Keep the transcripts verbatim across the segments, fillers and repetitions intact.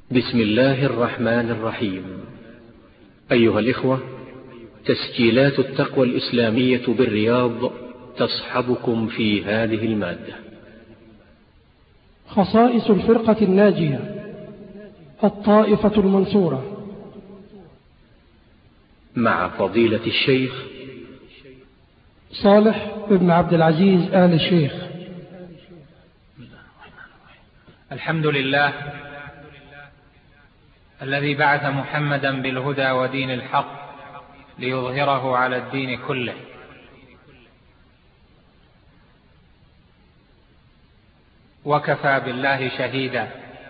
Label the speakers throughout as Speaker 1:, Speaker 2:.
Speaker 1: بسم الله الرحمن الرحيم. أيها الإخوة، تسجيلات التقوى الإسلامية بالرياض تصحبكم في هذه المادة.
Speaker 2: خصائص الفرقة الناجية، الطائفة المنصورة،
Speaker 1: مع فضيلة الشيخ
Speaker 2: صالح بن عبد العزيز آل الشيخ.
Speaker 3: الحمد لله الذي بعث محمدا بالهدى ودين الحق ليظهره على الدين كله. وكفى بالله شهيدا.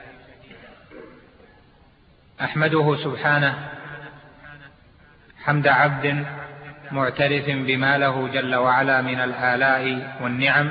Speaker 3: أحمده سبحانه حمد عبد معترف بما له جل وعلا من الآلاء والنعم،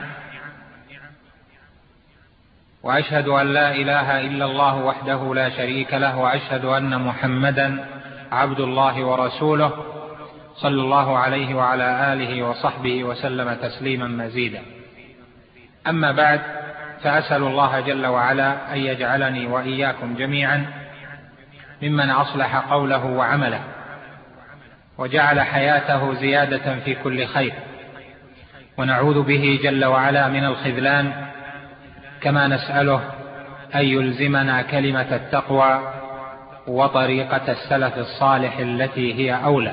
Speaker 3: وأشهد أن لا إله إلا الله وحده لا شريك له، وأشهد أن محمدا عبد الله ورسوله صلى الله عليه وعلى آله وصحبه وسلم تسليما مزيدا. أما بعد، فأسأل الله جل وعلا أن يجعلني وإياكم جميعا ممن أصلح قوله وعمله وجعل حياته زيادة في كل خير، ونعوذ به جل وعلا من الخذلان، كما نسأله أن يلزمنا كلمة التقوى وطريقة السلف الصالح التي هي أولى.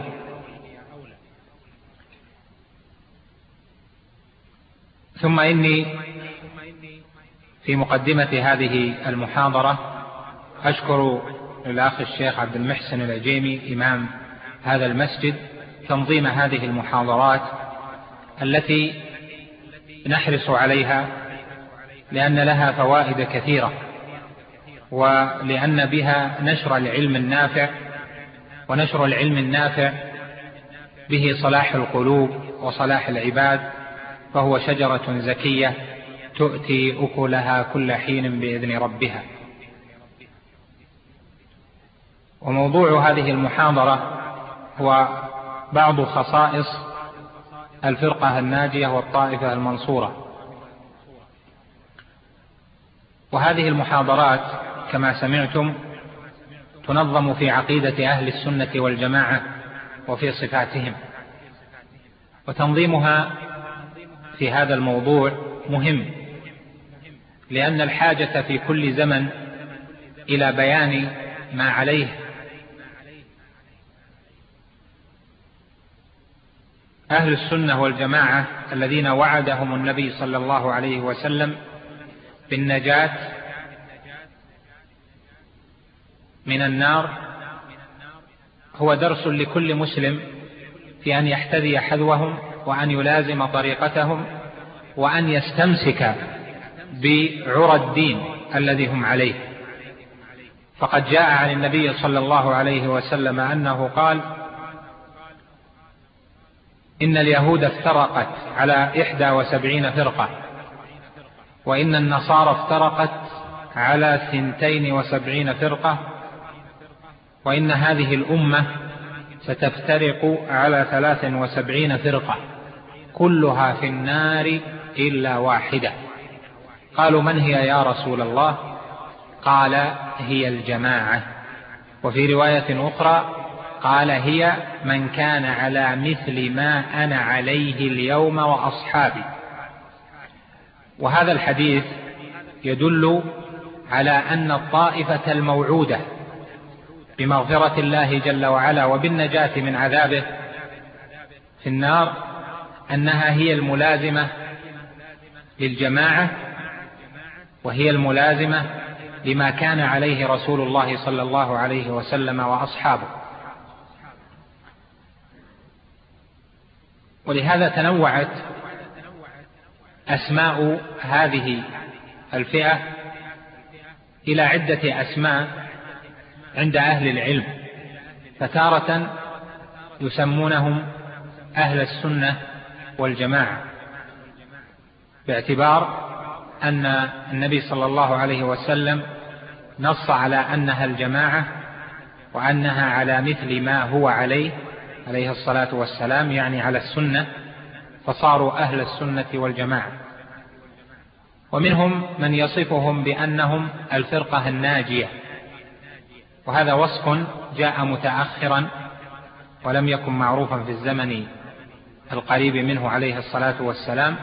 Speaker 3: ثم إني في مقدمة هذه المحاضرة أشكر الأخ الشيخ عبد المحسن العجيمي إمام هذا المسجد تنظيم هذه المحاضرات التي نحرص عليها، لأن لها فوائد كثيرة، ولأن بها نشر العلم النافع، ونشر العلم النافع به صلاح القلوب وصلاح العباد، فهو شجرة زكية تؤتي أكلها كل حين بإذن ربها. وموضوع هذه المحاضرة هو بعض خصائص الفرقة الناجية والطائفة المنصورة. وهذه المحاضرات كما سمعتم تنظم في عقيدة أهل السنة والجماعة وفي صفاتهم، وتنظيمها في هذا الموضوع مهم، لأن الحاجة في كل زمن إلى بيان ما عليه أهل السنة والجماعة الذين وعدهم النبي صلى الله عليه وسلم بالنجاة من النار، هو درس لكل مسلم في أن يحتذي حذوهم، وأن يلازم طريقتهم، وأن يستمسك بعرى الدين الذي هم عليه. فقد جاء عن النبي صلى الله عليه وسلم أنه قال: إن اليهود افترقت على إحدى وسبعين فرقة، وإن النصارى افترقت على ثنتين وسبعين فرقة، وإن هذه الأمة ستفترق على ثلاث وسبعين فرقة كلها في النار إلا واحدة. قالوا: من هي يا رسول الله؟ قال: هي الجماعة. وفي رواية أخرى قال: هي من كان على مثل ما أنا عليه اليوم وأصحابي. وهذا الحديث يدل على أن الطائفة الموعودة بمغفرة الله جل وعلا وبالنجاة من عذابه في النار أنها هي الملازمة للجماعة، وهي الملازمة لما كان عليه رسول الله صلى الله عليه وسلم وأصحابه. ولهذا تنوعت أسماء هذه الفئة إلى عدة أسماء عند أهل العلم، فتارة يسمونهم أهل السنة والجماعة، باعتبار أن النبي صلى الله عليه وسلم نص على أنها الجماعة، وأنها على مثل ما هو عليه عليه الصلاة والسلام، يعني على السنة، فصاروا أهل السنة والجماعة. ومنهم من يصفهم بأنهم الفرقة الناجية، وهذا وصف جاء متأخرا ولم يكن معروفا في الزمن القريب منه عليه الصلاة والسلام،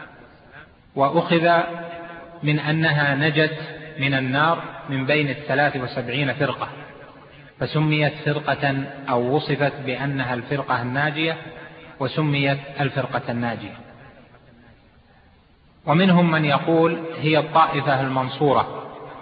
Speaker 3: وأخذ من أنها نجت من النار من بين الثلاث وسبعين فرقة، فسميت فرقة أو وصفت بأنها الفرقة الناجية وسميت الفرقة الناجية. ومنهم من يقول هي الطائفة المنصورة،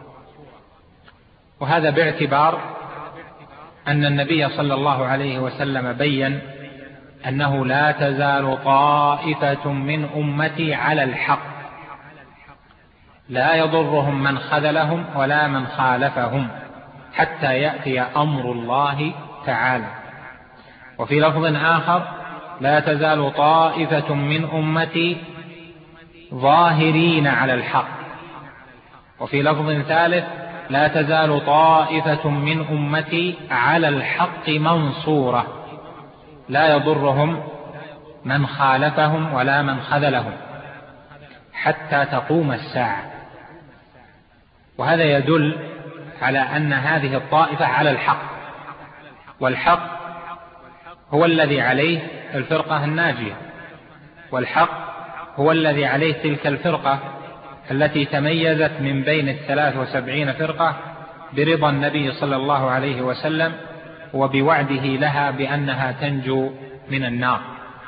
Speaker 3: وهذا باعتبار أن النبي صلى الله عليه وسلم بين أنه لا تزال طائفة من أمتي على الحق لا يضرهم من خذلهم ولا من خالفهم حتى يأتي أمر الله تعالى. وفي لفظ آخر لا تزال طائفة من أمتي ظاهرين على الحق. وفي لفظ ثالث لا تزال طائفة من أمتي على الحق منصورة لا يضرهم من خالفهم ولا من خذلهم حتى تقوم الساعة. وهذا يدل على أن هذه الطائفة على الحق، والحق هو الذي عليه الفرقة الناجية، والحق هو الذي عليه تلك الفرقة التي تميزت من بين الثلاث وسبعين فرقة برضا النبي صلى الله عليه وسلم وبوعده لها بأنها تنجو من النار.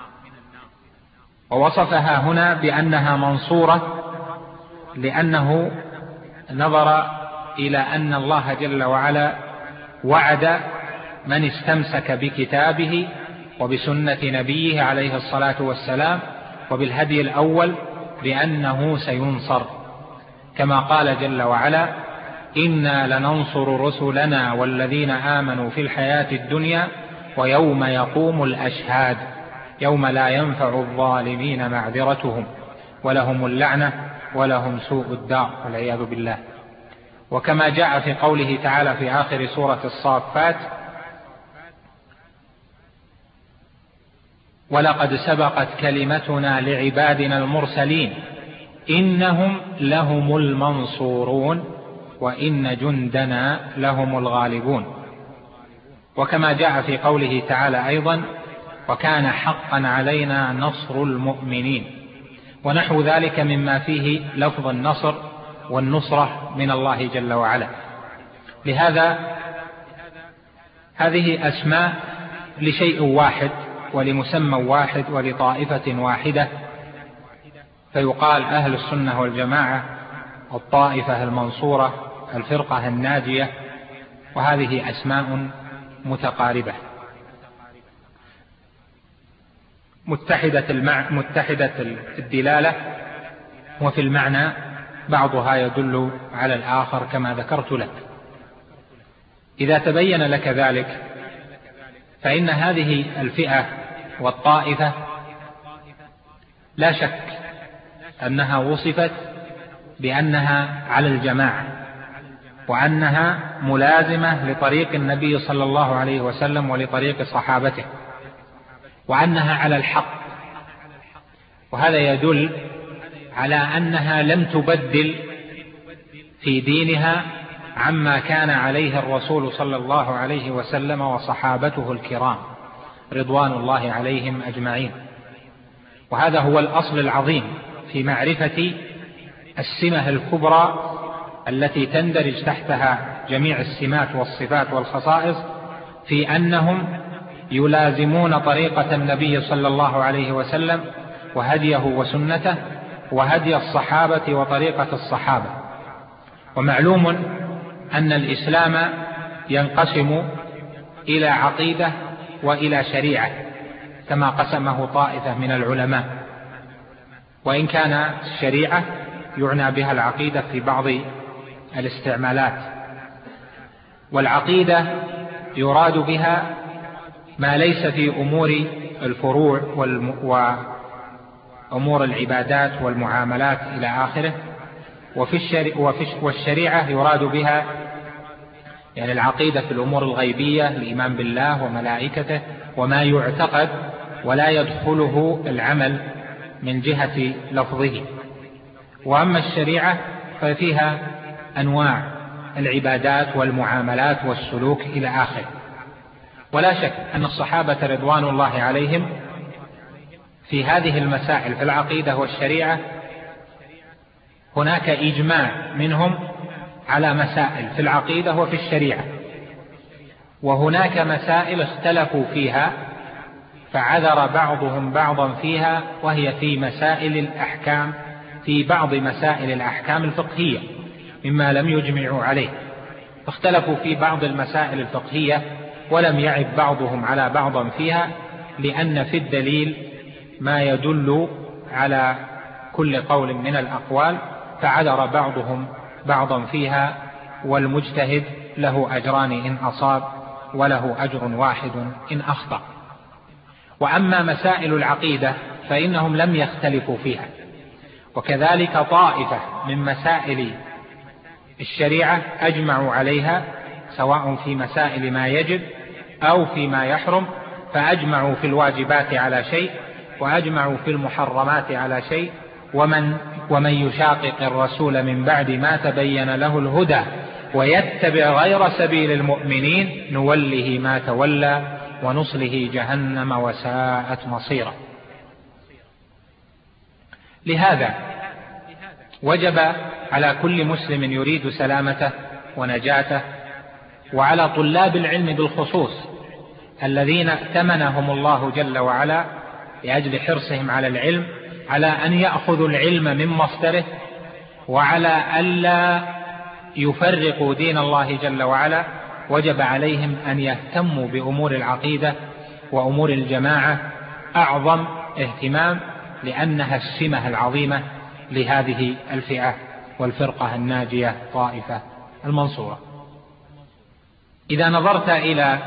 Speaker 3: ووصفها هنا بأنها منصورة لأنه نظر إلى أن الله جل وعلا وعد من استمسك بكتابه وبسنة نبيه عليه الصلاة والسلام وبالهدي الأول بأنه سينصر، كما قال جل وعلا إنا لننصر رسلنا والذين آمنوا في الحياة الدنيا ويوم يقوم الأشهاد يوم لا ينفع الظالمين معذرتهم ولهم اللعنة ولهم سوء الدار والعياذ بالله. وكما جاء في قوله تعالى في آخر سورة الصافات ولقد سبقت كلمتنا لعبادنا المرسلين إنهم لهم المنصورون وإن جندنا لهم الغالبون. وكما جاء في قوله تعالى أيضا وكان حقا علينا نصر المؤمنين، ونحو ذلك مما فيه لفظ النصر والنصرة من الله جل وعلا. لهذا هذه أسماء لشيء واحد ولمسمى واحد ولطائفة واحدة، فيقال أهل السنة والجماعة الطائفة المنصورة الفرقة الناجية، وهذه أسماء متقاربة متحدة, المع... متحدة الدلالة، وفي المعنى بعضها يدل على الآخر كما ذكرت لك. إذا تبين لك ذلك فإن هذه الفئة والطائفة لا شك أنها وصفت بأنها على الجماعة وأنها ملازمة لطريق النبي صلى الله عليه وسلم ولطريق صحابته وأنها على الحق. وهذا يدل على أنها لم تبدل في دينها عما كان عليه الرسول صلى الله عليه وسلم وصحابته الكرام رضوان الله عليهم أجمعين. وهذا هو الأصل العظيم في معرفة السمة الكبرى التي تندرج تحتها جميع السمات والصفات والخصائص، في أنهم يلازمون طريقة النبي صلى الله عليه وسلم وهديه وسنته وهدي الصحابة وطريقة الصحابة. ومعلوم أن الإسلام ينقسم إلى عقيدة وإلى شريعة كما قسمه طائفة من العلماء، وإن كان الشريعة يعنى بها العقيدة في بعض الاستعمالات. والعقيدة يراد بها ما ليس في أمور الفروع وأمور العبادات والمعاملات إلى آخره. وفي الشري... وفي... والشريعة يراد بها يعني العقيدة في الأمور الغيبية، الإيمان بالله وملائكته وما يعتقد ولا يدخله العمل من جهة لفظه. وأما الشريعة ففيها أنواع، العبادات والمعاملات والسلوك إلى آخره. ولا شك أن الصحابة رضوان الله عليهم في هذه المسائل في العقيدة والشريعة هناك إجماع منهم على مسائل في العقيدة وفي الشريعة، وهناك مسائل اختلفوا فيها فعذر بعضهم بعضا فيها، وهي في مسائل الأحكام، في بعض مسائل الأحكام الفقهية مما لم يجمعوا عليه، فاختلفوا في بعض المسائل الفقهية ولم يعب بعضهم على بعض فيها، لأن في الدليل ما يدل على كل قول من الأقوال، فعذر بعضهم بعضا فيها، والمجتهد له أجران إن أصاب وله أجر واحد إن أخطأ. وأما مسائل العقيدة فإنهم لم يختلفوا فيها، وكذلك طائفة من مسائل الشريعة أجمعوا عليها، سواء في مسائل ما يجب أو فيما يحرم، فأجمعوا في الواجبات على شيء وأجمعوا في المحرمات على شيء. ومن, ومن يشاقق الرسول من بعد ما تبين له الهدى ويتبع غير سبيل المؤمنين نوله ما تولى ونصله جهنم وساءت مصيرا. لهذا وجب على كل مسلم يريد سلامته ونجاته، وعلى طلاب العلم بالخصوص الذين ائتمنهم الله جل وعلا لأجل حرصهم على العلم، على أن يأخذوا العلم من مصدره، وعلى ألا يفرقوا دين الله جل وعلا. وجب عليهم أن يهتموا بأمور العقيدة وأمور الجماعة أعظم اهتمام، لأنها السمة العظيمة لهذه الفئة والفرقة الناجية طائفة المنصورة. إذا نظرت إلى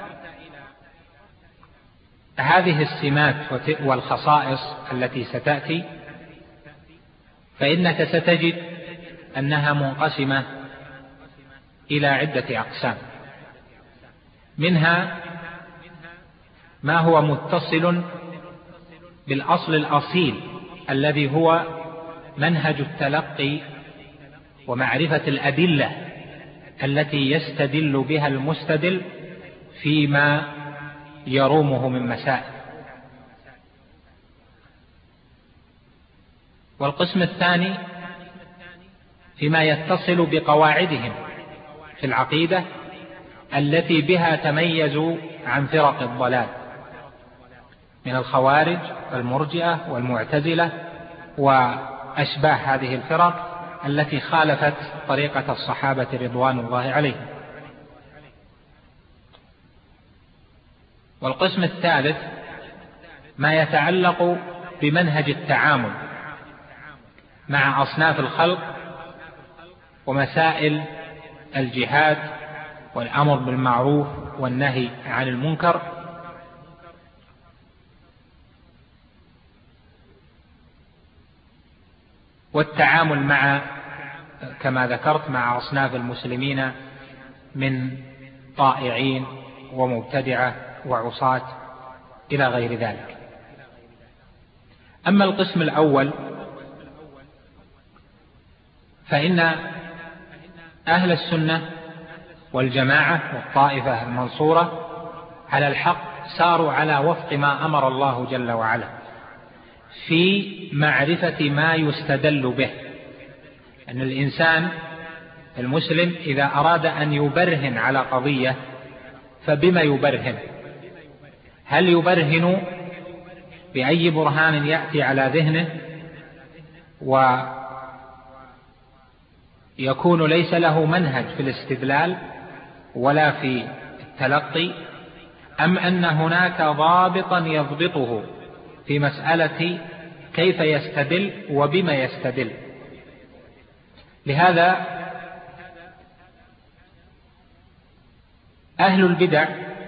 Speaker 3: هذه السمات والخصائص التي ستأتي فإنك ستجد أنها منقسمة إلى عدة أقسام، منها ما هو متصل بالأصل الأصيل الذي هو منهج التلقي ومعرفة الأدلة التي يستدل بها المستدل فيما يرومه من مسائل. والقسم الثاني فيما يتصل بقواعدهم في العقيدة التي بها تميزوا عن فرق الضلال من الخوارج والمرجئة والمعتزلة وأشباه هذه الفرق التي خالفت طريقة الصحابة رضوان الله عليهم. والقسم الثالث ما يتعلق بمنهج التعامل مع أصناف الخلق ومسائل الجهاد والأمر بالمعروف والنهي عن المنكر، والتعامل مع كما ذكرت مع أصناف المسلمين من طائعين ومبتدعة وعصاة إلى غير ذلك. أما القسم الأول فإن أهل السنة والجماعة والطائفة المنصورة على الحق ساروا على وفق ما أمر الله جل وعلا في معرفة ما يستدل به. أن الإنسان المسلم إذا أراد أن يبرهن على قضية فبما يبرهن؟ هل يبرهن بأي برهان يأتي على ذهنه ويكون ليس له منهج في الاستدلال ولا في التلقي، أم أن هناك ضابطا يضبطه في مسألة كيف يستدل وبما يستدل؟ لهذا أهل البدع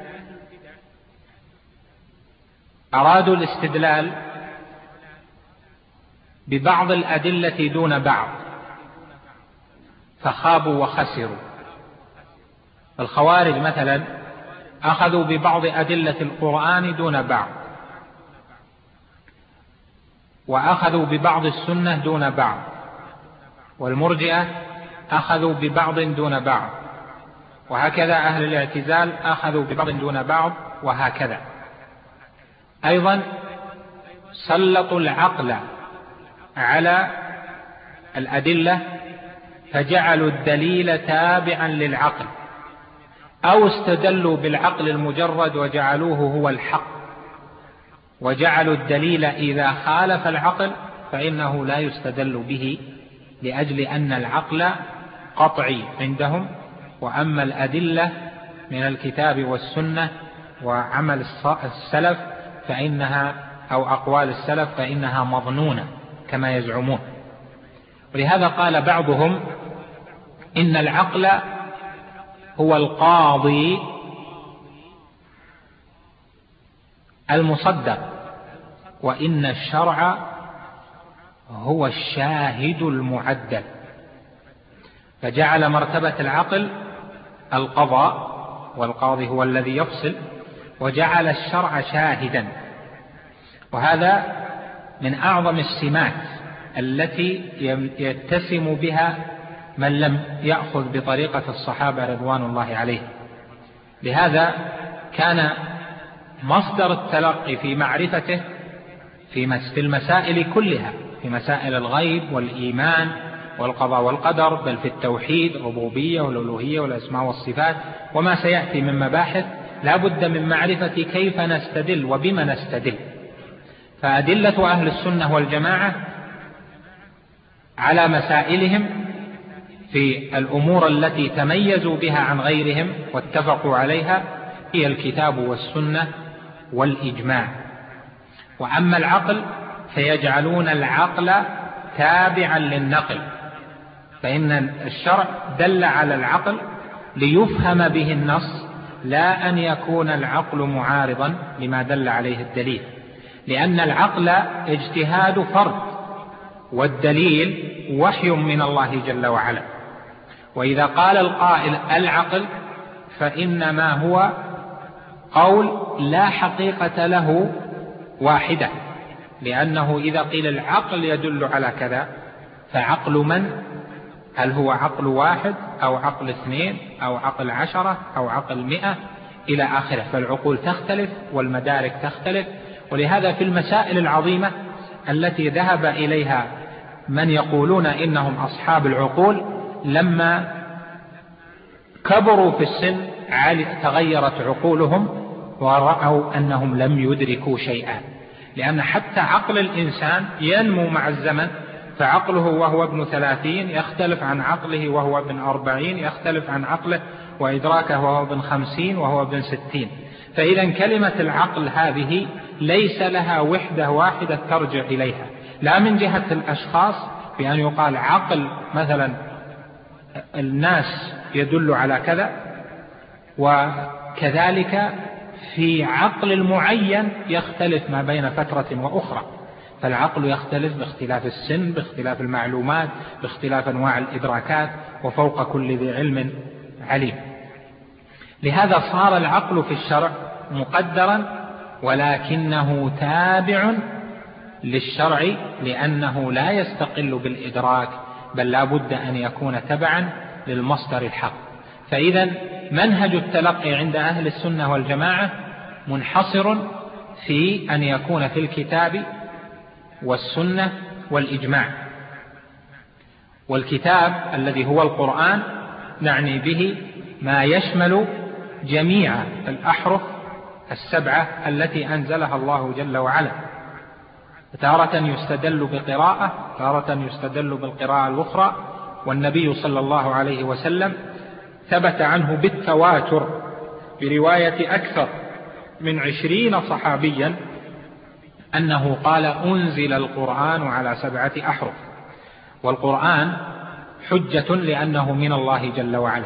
Speaker 3: أرادوا الاستدلال ببعض الأدلة دون بعض فخابوا وخسروا. الخوارج مثلا أخذوا ببعض أدلة القرآن دون بعض، وأخذوا ببعض السنة دون بعض، والمرجئة أخذوا ببعض دون بعض، وهكذا أهل الاعتزال أخذوا ببعض دون بعض، وهكذا. أيضا سلطوا العقل على الأدلة فجعلوا الدليل تابعا للعقل، أو استدلوا بالعقل المجرد وجعلوه هو الحق، وجعلوا الدليل إذا خالف العقل فإنه لا يستدل به، لأجل أن العقل قطعي عندهم، وأما الأدلة من الكتاب والسنة وعمل السلف فإنها أو أقوال السلف فإنها مظنونة كما يزعمون. ولهذا قال بعضهم إن العقل هو القاضي المصدق، وإن الشرع هو الشاهد المعدل، فجعل مرتبة العقل القضاء، والقاضي هو الذي يفصل، وجعل الشرع شاهدا. وهذا من أعظم السمات التي يتسم بها من لم يأخذ بطريقة الصحابة رضوان الله عليهم. لهذا كان مصدر التلقي في معرفته في المسائل كلها، في مسائل الغيب والإيمان والقضاء والقدر، بل في التوحيد الربوبية والألوهية والأسماء والصفات وما سيأتي من مباحث، لا بد من معرفة كيف نستدل وبما نستدل. فأدلة أهل السنة والجماعة على مسائلهم في الأمور التي تميزوا بها عن غيرهم واتفقوا عليها هي الكتاب والسنة والإجماع. وأما العقل فيجعلون العقل تابعا للنقل، فإن الشرع دل على العقل ليفهم به النص، لا أن يكون العقل معارضا لما دل عليه الدليل، لأن العقل اجتهاد فرد، والدليل وحي من الله جل وعلا. وإذا قال القائل العقل فإنما هو قول لا حقيقة له واحدة، لأنه إذا قيل العقل يدل على كذا فعقل من؟ هل هو عقل واحد أو عقل اثنين أو عقل عشرة أو عقل مئة إلى آخره؟ فالعقول تختلف والمدارك تختلف. ولهذا في المسائل العظيمة التي ذهب إليها من يقولون إنهم أصحاب العقول، لما كبروا في السن تغيرت عقولهم ورأوا أنهم لم يدركوا شيئا، لأن حتى عقل الإنسان ينمو مع الزمن، فعقله وهو ابن ثلاثين يختلف عن عقله وهو ابن أربعين، يختلف عن عقله وإدراكه وهو ابن خمسين وهو ابن ستين. فإذا كلمة العقل هذه ليس لها وحدة واحدة ترجع إليها، لا من جهة الأشخاص بأن يقال عقل مثلا الناس يدل على كذا، وكذلك في عقل المعين يختلف ما بين فترة وأخرى، فالعقل يختلف باختلاف السن، باختلاف المعلومات، باختلاف أنواع الإدراكات، وفوق كل ذي علم عليم. لهذا صار العقل في الشرع مقدرا، ولكنه تابع للشرع، لأنه لا يستقل بالإدراك، بل لا بد أن يكون تبعا للمصدر الحق. فإذا منهج التلقي عند أهل السنة والجماعة منحصر في أن يكون في الكتاب والسنة والإجماع. والكتاب الذي هو القرآن نعني به ما يشمل جميع الأحرف السبعة التي أنزلها الله جل وعلا. تارة يستدل بقراءة، تارة يستدل بالقراءة الأخرى. والنبي صلى الله عليه وسلم ثبت عنه بالتواتر برواية أكثر من عشرين صحابيا أنه قال أنزل القرآن على سبعة أحرف. والقرآن حجة لأنه من الله جل وعلا.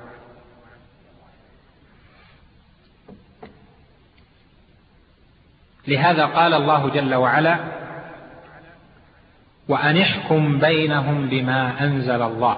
Speaker 3: لهذا قال الله جل وعلا وأن احكم بينهم بما أنزل الله.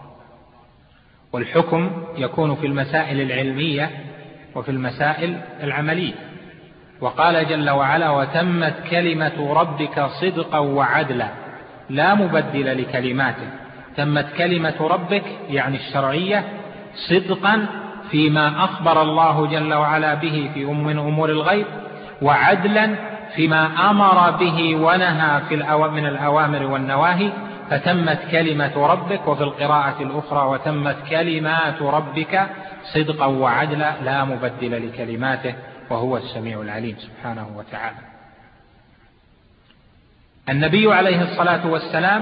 Speaker 3: والحكم يكون في المسائل العلمية وفي المسائل العملية. وقال جل وعلا وتمت كلمة ربك صدقا وعدلا لا مبدل لكلماته. تمت كلمة ربك يعني الشرعية صدقا فيما أخبر الله جل وعلا به في أم من أمور الغيب، وعدلا فيما أمر به ونهى في من الأوامر والنواهي، فتمت كلمة ربك. وفي القراءة الأخرى وتمت كلمات ربك صدقا وعدلا لا مبدل لكلماته وهو السميع العليم سبحانه وتعالى. النبي عليه الصلاة والسلام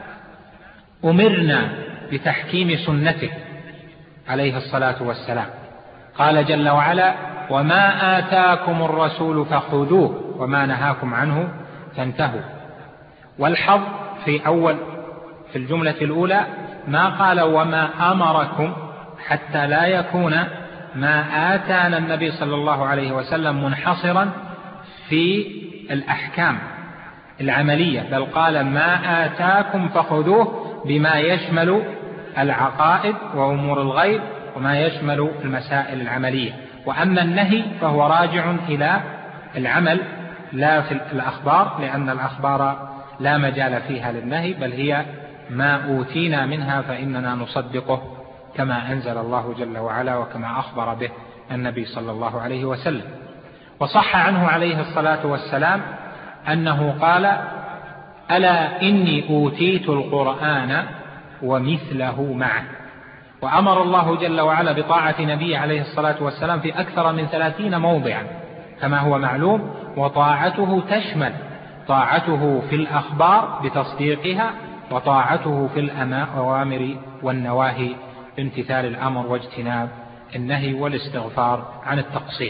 Speaker 3: أمرنا بتحكيم سنته عليه الصلاة والسلام. قال جل وعلا: وما آتاكم الرسول فخذوه وما نهاكم عنه فانتهوا. والحظ في أول في الجملة الأولى ما قال وما أمركم، حتى لا يكون ما آتانا النبي صلى الله عليه وسلم منحصرا في الأحكام العملية، بل قال ما آتاكم فخذوه بما يشمل العقائد وأمور الغيب وما يشمل المسائل العملية. وأما النهي فهو راجع إلى العمل لا في الأخبار، لأن الأخبار لا مجال فيها للنهي، بل هي ما أوتينا منها فإننا نصدقه كما أنزل الله جل وعلا وكما أخبر به النبي صلى الله عليه وسلم. وصح عنه عليه الصلاة والسلام أنه قال: ألا إني أوتيت القرآن ومثله معه. وأمر الله جل وعلا بطاعة نبيه عليه الصلاة والسلام في أكثر من ثلاثين موضعا كما هو معلوم، وطاعته تشمل طاعته في الأخبار بتصديقها، وطاعته في الأوامر والنواهي بامتثال الأمر واجتناب النهي والاستغفار عن التقصير.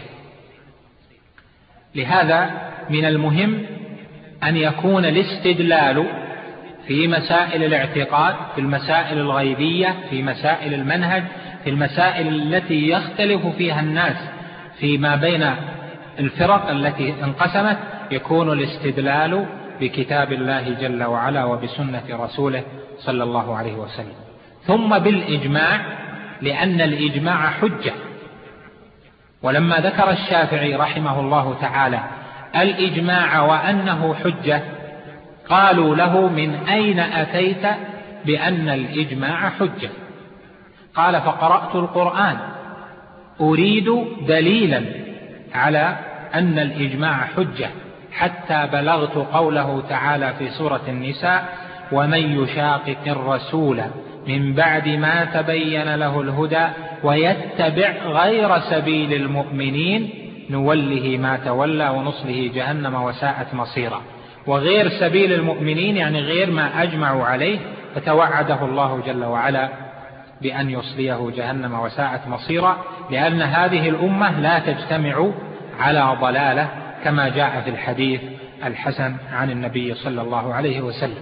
Speaker 3: لهذا من المهم أن يكون الاستدلال في مسائل الاعتقاد، في المسائل الغيبية، في مسائل المنهج، في المسائل التي يختلف فيها الناس فيما بين الفرق التي انقسمت، يكون الاستدلال بكتاب الله جل وعلا وبسنة رسوله صلى الله عليه وسلم، ثم بالإجماع، لأن الإجماع حجة. ولما ذكر الشافعي رحمه الله تعالى الإجماع وأنه حجة، قالوا له: من أين أتيت بأن الإجماع حجة؟ قال: فقرأت القرآن أريد دليلا على أن الإجماع حجة، حتى بلغت قوله تعالى في سورة النساء: ومن يشاقق الرسول من بعد ما تبين له الهدى ويتبع غير سبيل المؤمنين نوله ما تولى ونصله جهنم وساءت مصيرا. وغير سبيل المؤمنين يعني غير ما أجمعوا عليه، فتوعده الله جل وعلا بأن يصليه جهنم وساءت مصيرا، لأن هذه الأمة لا تجتمع على ضلالة كما جاء في الحديث الحسن عن النبي صلى الله عليه وسلم.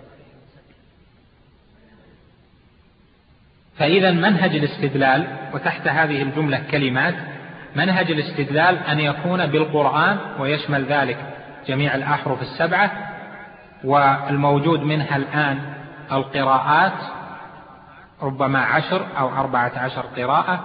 Speaker 3: فإذا منهج الاستدلال، وتحت هذه الجملة كلمات، منهج الاستدلال أن يكون بالقرآن ويشمل ذلك جميع الأحرف السبعة، والموجود منها الآن القراءات ربما عشر أو أربعة عشر قراءة،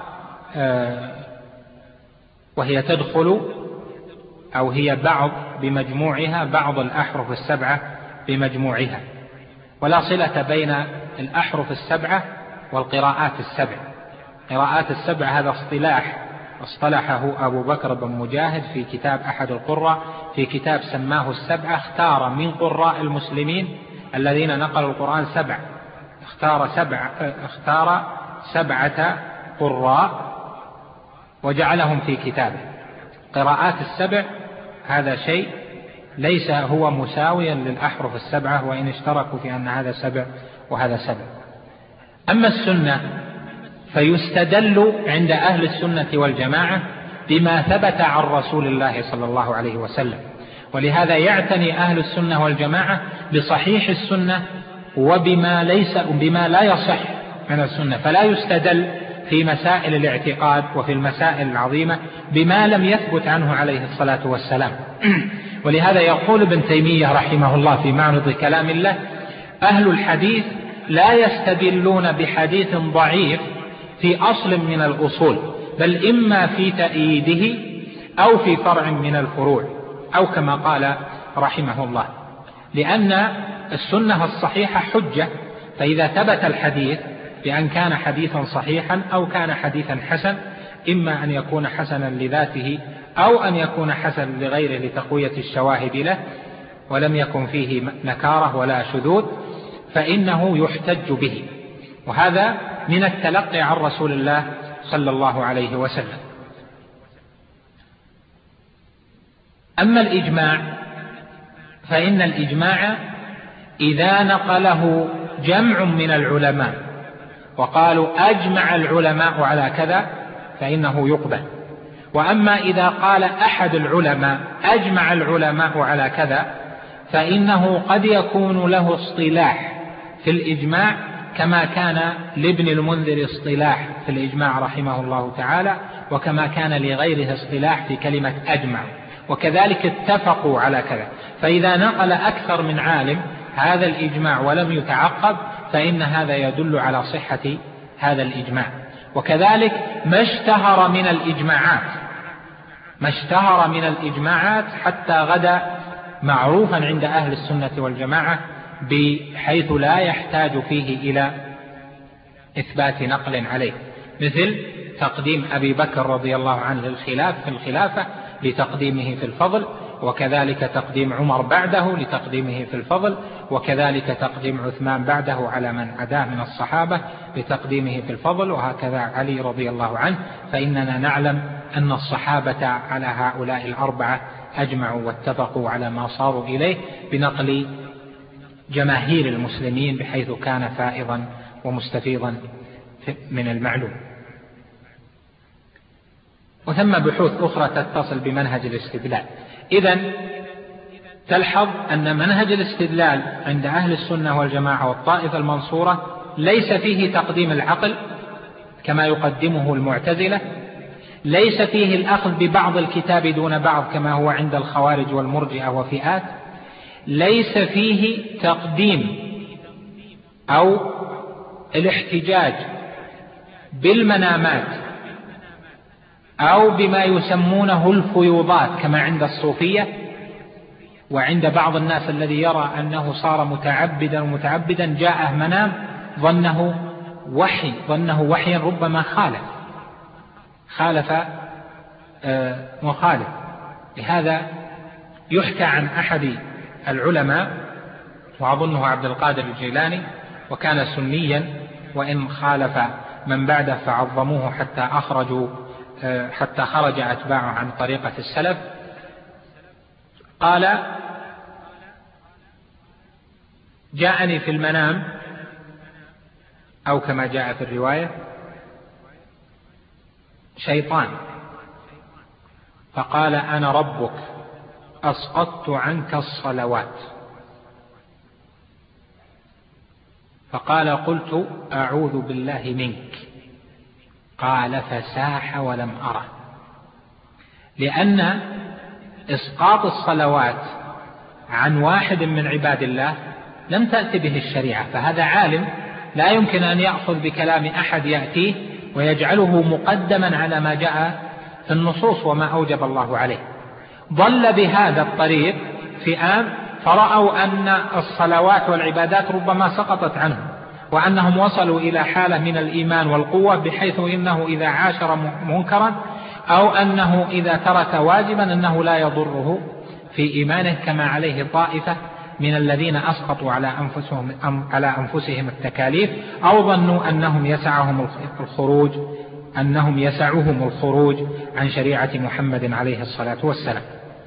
Speaker 3: وهي تدخل أو هي بعض بمجموعها بعض الأحرف السبعة بمجموعها، ولا صلة بين الأحرف السبعة والقراءات السبع. قراءات السبع هذا اصطلاح اصطلحه أبو بكر بن مجاهد في كتاب أحد القراء، في كتاب سماه السبعة. اختار من قراء المسلمين الذين نقلوا القرآن سبع، اختار سبع اختار سبعة قراء وجعلهم في كتابه. قراءات السبع هذا شيء ليس هو مساويا للأحرف السبعة، وإن اشتركوا في أن هذا سبع وهذا سبع. أما السنة فيستدل عند أهل السنة والجماعة بما ثبت عن رسول الله صلى الله عليه وسلم، ولهذا يعتني أهل السنة والجماعة بصحيح السنة وبما ليس بما لا يصح من السنة، فلا يستدل في مسائل الاعتقاد وفي المسائل العظيمة بما لم يثبت عنه عليه الصلاة والسلام. ولهذا يقول ابن تيمية رحمه الله في معرض كلام الله: أهل الحديث لا يستدلون بحديث ضعيف في أصل من الأصول، بل إما في تأييده أو في فرع من الفروع، أو كما قال رحمه الله، لأن السنة الصحيحة حجة، فإذا ثبت الحديث بأن كان حديثا صحيحا أو كان حديثا حسن، إما أن يكون حسنا لذاته أو أن يكون حسن لغيره لتقوية الشواهد له، ولم يكن فيه نكارة ولا شذوذ، فإنه يحتج به، وهذا من التلقي عن رسول الله صلى الله عليه وسلم. أما الإجماع فإن الإجماع إذا نقله جمع من العلماء وقالوا أجمع العلماء على كذا فإنه يقبل. وأما إذا قال أحد العلماء أجمع العلماء على كذا فإنه قد يكون له اصطلاح في الإجماع كما كان لابن المنذر اصطلاح في الإجماع رحمه الله تعالى، وكما كان لغيره اصطلاح في كلمة أجمع، وكذلك اتفقوا على كذا. فإذا نقل أكثر من عالم هذا الإجماع ولم يتعقب فإن هذا يدل على صحة هذا الإجماع. وكذلك ما اشتهر من الإجماعات ما اشتهر من الإجماعات حتى غدا معروفا عند أهل السنة والجماعة بحيث لا يحتاج فيه إلى إثبات نقل عليه، مثل تقديم أبي بكر رضي الله عنه للخلاف في الخلافة لتقديمه في الفضل، وكذلك تقديم عمر بعده لتقديمه في الفضل، وكذلك تقديم عثمان بعده على من عداه من الصحابة لتقديمه في الفضل، وهكذا علي رضي الله عنه. فإننا نعلم أن الصحابة على هؤلاء الأربعة أجمعوا واتفقوا على ما صاروا إليه بنقل جماهير المسلمين بحيث كان فائضا ومستفيضا من المعلوم. وثم بحوث أخرى تتصل بمنهج الاستدلال. إذن تلحظ أن منهج الاستدلال عند أهل السنة والجماعة والطائفة المنصورة ليس فيه تقديم العقل كما يقدمه المعتزلة، ليس فيه الأخذ ببعض الكتاب دون بعض كما هو عند الخوارج والمرجئة وفئات، ليس فيه تقديم أو الاحتجاج بالمنامات أو بما يسمونه الفيوضات كما عند الصوفية وعند بعض الناس الذي يرى أنه صار متعبدا ومتعبدا جاءه منام ظنه وحي ظنه وحيا ربما خالف خالف آه مخالف. لهذا يحكى عن أحد العلماء وأظنه عبد القادر الجيلاني، وكان سنيا وإن خالف من بعده فعظموه حتى أخرجوا حتى خرج أتباعه عن طريقة السلف. قال: جاءني في المنام، أو كما جاء في الرواية، شيطان فقال: أنا ربك أسقطت عنك الصلوات. فقال: قلت أعوذ بالله منك. قال: فساح ولم أره. لأن إسقاط الصلوات عن واحد من عباد الله لم تأتي به الشريعة، فهذا عالم لا يمكن أن يأخذ بكلام أحد يأتيه ويجعله مقدما على ما جاء في النصوص وما أوجب الله عليه. ضل بهذا الطريق فئام فرأوا أن الصلوات والعبادات ربما سقطت عنهم، وأنهم وصلوا إلى حالة من الإيمان والقوة بحيث إنه إذا عاشر منكرا أو أنه إذا ترك واجبا أنه لا يضره في إيمانه، كما عليه طائفة من الذين أسقطوا على أنفسهم, على أنفسهم التكاليف، أو ظنوا أنهم يسعهم الخروج أنهم يسعهم الخروج عن شريعة محمد عليه الصلاة والسلام.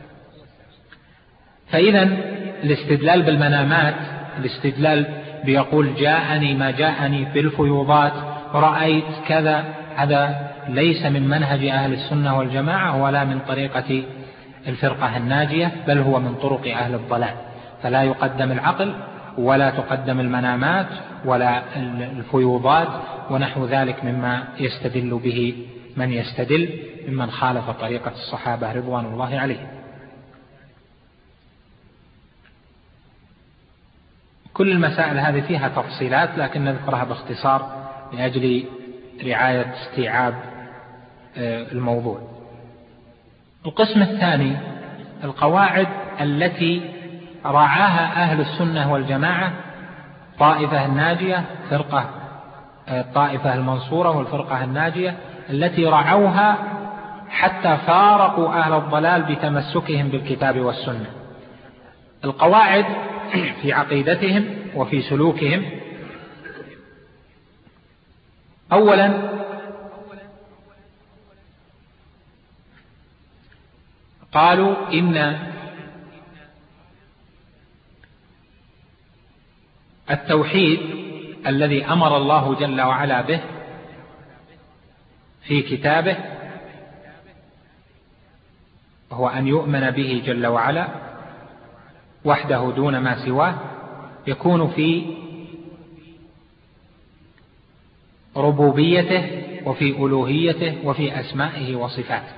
Speaker 3: فإذا الاستدلال بالمنامات، الاستدلال بيقول جاءني ما جاءني في الفيوضات رأيت كذا، هذا ليس من منهج أهل السنة والجماعة ولا من طريقة الفرقة الناجية، بل هو من طرق أهل الضلال. فلا يقدم العقل ولا تقدم المنامات ولا الفيوضات ونحو ذلك مما يستدل به من يستدل ممن خالف طريقة الصحابة رضوان الله عليهم. كل المسائل هذه فيها تفصيلات لكن نذكرها باختصار لأجل رعاية استيعاب الموضوع. القسم الثاني القواعد التي راعاها أهل السنة والجماعة الطائفة الناجية فرقة الطائفة المنصورة والفرقة الناجية التي رعوها حتى فارقوا أهل الضلال بتمسكهم بالكتاب والسنة. القواعد في عقيدتهم وفي سلوكهم: أولا قالوا إن التوحيد الذي أمر الله جل وعلا به في كتابه هو أن يؤمن به جل وعلا وحده دون ما سواه، يكون في ربوبيته وفي ألوهيته وفي أسمائه وصفاته.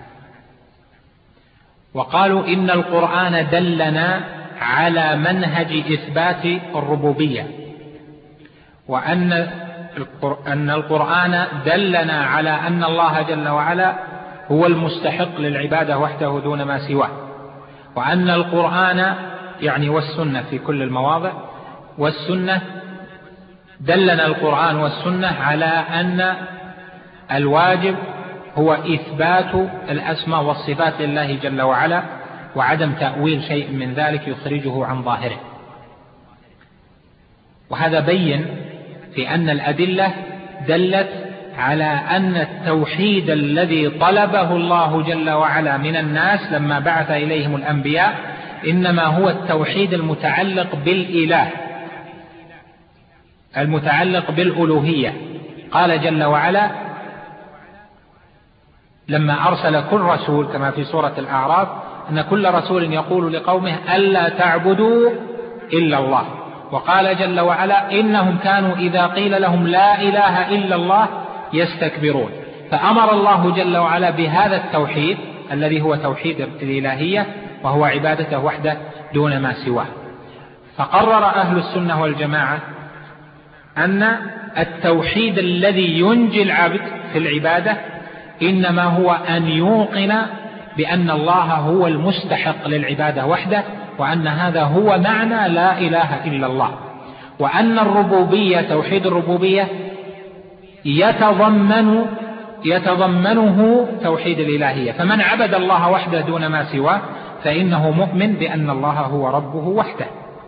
Speaker 3: وقالوا إن القرآن دلنا على منهج إثبات الربوبية، وأن أن القرآن دلنا على أن الله جل وعلا هو المستحق للعبادة وحده دون ما سواه، وأن القرآن يعني والسنة في كل المواضع، والسنة دلنا القرآن والسنة على أن الواجب هو إثبات الأسماء والصفات لله جل وعلا، وعدم تأويل شيء من ذلك يخرجه عن ظاهره. وهذا بين في أن الأدلة دلت على أن التوحيد الذي طلبه الله جل وعلا من الناس لما بعث إليهم الأنبياء إنما هو التوحيد المتعلق بالإله، المتعلق بالألوهية. قال جل وعلا لما أرسل كل رسول كما في سورة الأعراف أن كل رسول يقول لقومه ألا تعبدوا إلا الله. وقال جل وعلا إنهم كانوا إذا قيل لهم لا إله إلا الله يستكبرون. فأمر الله جل وعلا بهذا التوحيد الذي هو توحيد الإلهية، وهو عبادته وحده دون ما سواه. فقرر أهل السنة والجماعة أن التوحيد الذي ينجي العبد في العبادة إنما هو أن يوقن بأن الله هو المستحق للعبادة وحده، وأن هذا هو معنى لا إله إلا الله، وأن الربوبية توحيد الربوبية يتضمن يتضمنه توحيد الإلهية. فمن عبد الله وحده دون ما سواه فإنه مؤمن بأن الله هو ربه وحده،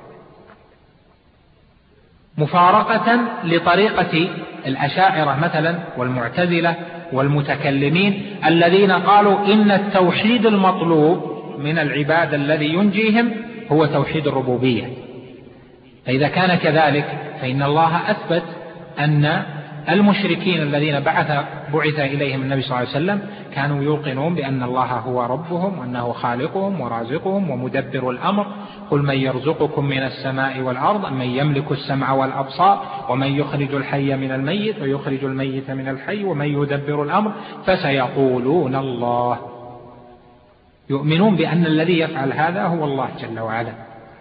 Speaker 3: مفارقة لطريقة الأشاعرة مثلا والمعتزلة والمتكلمين الذين قالوا إن التوحيد المطلوب من العباد الذي ينجيهم هو توحيد الربوبية. فإذا كان كذلك فإن الله أثبت أن المشركين الذين بعث بعث إليهم النبي صلى الله عليه وسلم كانوا يوقنون بأن الله هو ربهم وأنه خالقهم ورازقهم ومدبر الأمر. قل من يرزقكم من السماء والأرض من يملك السمع والأبصار ومن يخرج الحي من الميت ويخرج الميت من الحي ومن يدبر الأمر فسيقولون الله. يؤمنون بأن الذي يفعل هذا هو الله جل وعلا،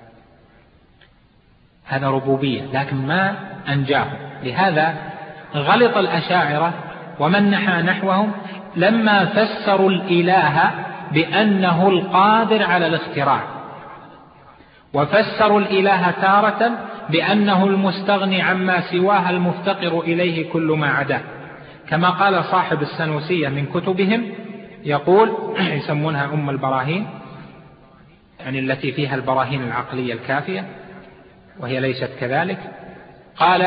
Speaker 3: هذا ربوبية، لكن ما أنجاه. لهذا غلط الأشاعرة ومن نحى نحوهم لما فسروا الإله بأنه القادر على الاختراع، وفسروا الإله تارة بأنه المستغني عما سواه المفتقر إليه كل ما عداه، كما قال صاحب السنوسية من كتبهم، يقول يسمونها أم البراهين، يعني التي فيها البراهين العقلية الكافية وهي ليست كذلك. قال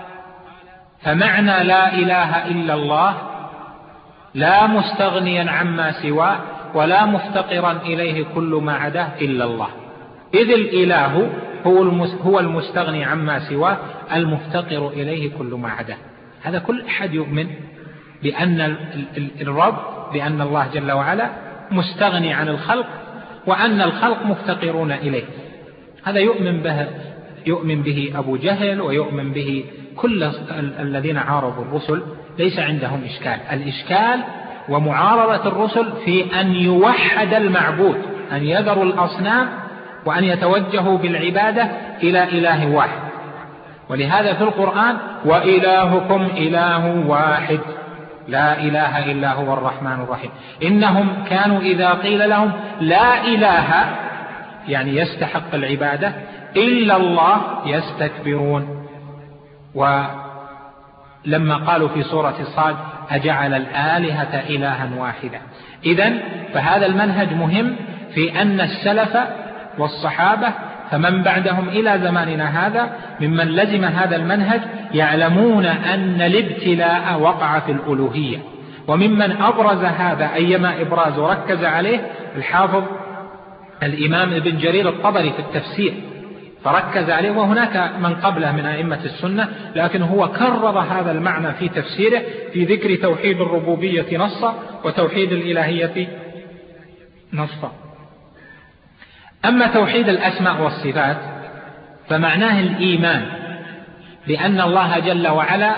Speaker 3: فمعنى لا إله إلا الله لا مستغنيا عما سواه ولا مفتقرا إليه كل ما عداه إلا الله، إذ الإله هو المستغني عما سواه المفتقر إليه كل ما عداه. هذا كل أحد يؤمن بأن الرب بأن الله جل وعلا مستغني عن الخلق وأن الخلق مفتقرون إليه. هذا يؤمن به يؤمن به أبو جهل ويؤمن به كل الذين عارضوا الرسل، ليس عندهم إشكال. الإشكال ومعارضة الرسل في أن يوحد المعبود، أن يذروا الأصنام وأن يتوجهوا بالعبادة إلى إله واحد. ولهذا في القرآن وإلهكم إله واحد لا إله إلا هو الرحمن الرحيم. إنهم كانوا إذا قيل لهم لا إله يعني يستحق العبادة إلا الله يستكبرون. ولما قالوا في سورة صاد أجعل الآلهة إلها واحدا. إذن فهذا المنهج مهم في أن السلف والصحابة فمن بعدهم إلى زماننا هذا ممن لزم هذا المنهج يعلمون أن الابتلاء وقع في الألوهية. وممن أبرز هذا أيما إبراز وركز عليه الحافظ الإمام ابن جرير الطبري في التفسير، فركز عليه، وهناك من قبله من أئمة السنة، لكن هو كرر هذا المعنى في تفسيره في ذكر توحيد الربوبية نصا وتوحيد الإلهية نصا. أما توحيد الأسماء والصفات فمعناه الإيمان بأن الله جل وعلا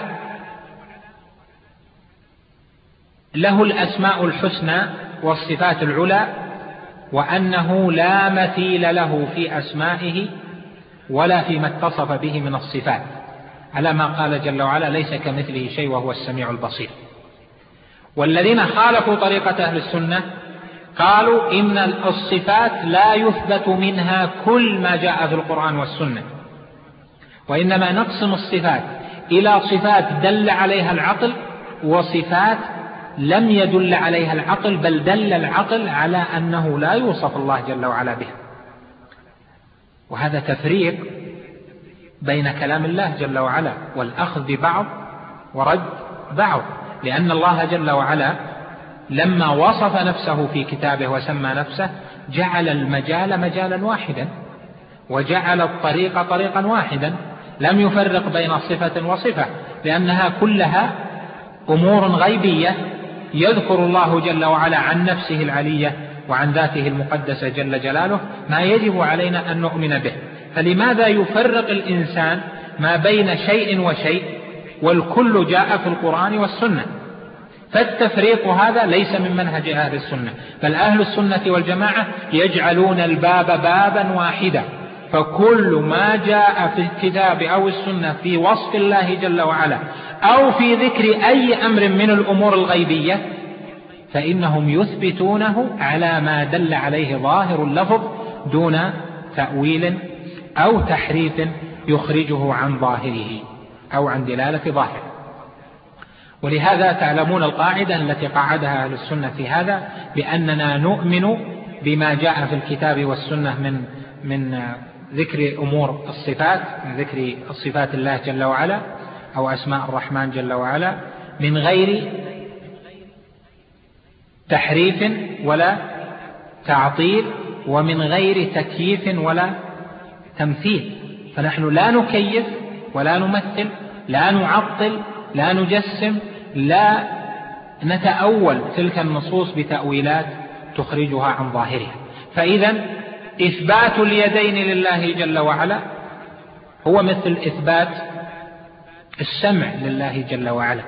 Speaker 3: له الأسماء الحسنى والصفات العلى، وأنه لا مثيل له في أسمائه ولا فيما اتصف به من الصفات، على ما قال جل وعلا ليس كمثله شيء وهو السميع البصير. والذين خالفوا طريقة أهل السنة قالوا إن الصفات لا يثبت منها كل ما جاء في القرآن والسنة، وإنما نقسم الصفات إلى صفات دل عليها العقل وصفات لم يدل عليها العقل، بل دل العقل على أنه لا يوصف الله جل وعلا به. وهذا تفريق بين كلام الله جل وعلا والأخذ ببعض ورد بعض، لأن الله جل وعلا لما وصف نفسه في كتابه وسمى نفسه جعل المجال مجالا واحدا وجعل الطريق طريقا واحدا، لم يفرق بين صفة وصفة، لأنها كلها أمور غيبية يذكر الله جل وعلا عن نفسه العلية وعن ذاته المقدسة جل جلاله ما يجب علينا أن نؤمن به. فلماذا يفرق الإنسان ما بين شيء وشيء والكل جاء في القرآن والسنة؟ فالتفريق هذا ليس من منهج أهل السنة، بل أهل السنة والجماعة يجعلون الباب بابا واحدا، فكل ما جاء في الكتاب أو السنة في وصف الله جل وعلا أو في ذكر أي أمر من الأمور الغيبية فإنهم يثبتونه على ما دل عليه ظاهر اللفظ دون تأويل أو تحريف يخرجه عن ظاهره أو عن دلالة ظاهره. ولهذا تعلمون القاعدة التي قعدها أهل السنة في هذا، بأننا نؤمن بما جاء في الكتاب والسنة من من ذكر أمور الصفات، من ذكر الصفات الله جل وعلا أو أسماء الرحمن جل وعلا، من غير تحريف ولا تعطيل ومن غير تكييف ولا تمثيل. فنحن لا نكيف ولا نمثل، لا نعطل، لا نجسم، لا نتأول تلك النصوص بتأويلات تخرجها عن ظاهرها. فإذا إثبات اليدين لله جل وعلا هو مثل إثبات السمع لله جل وعلا.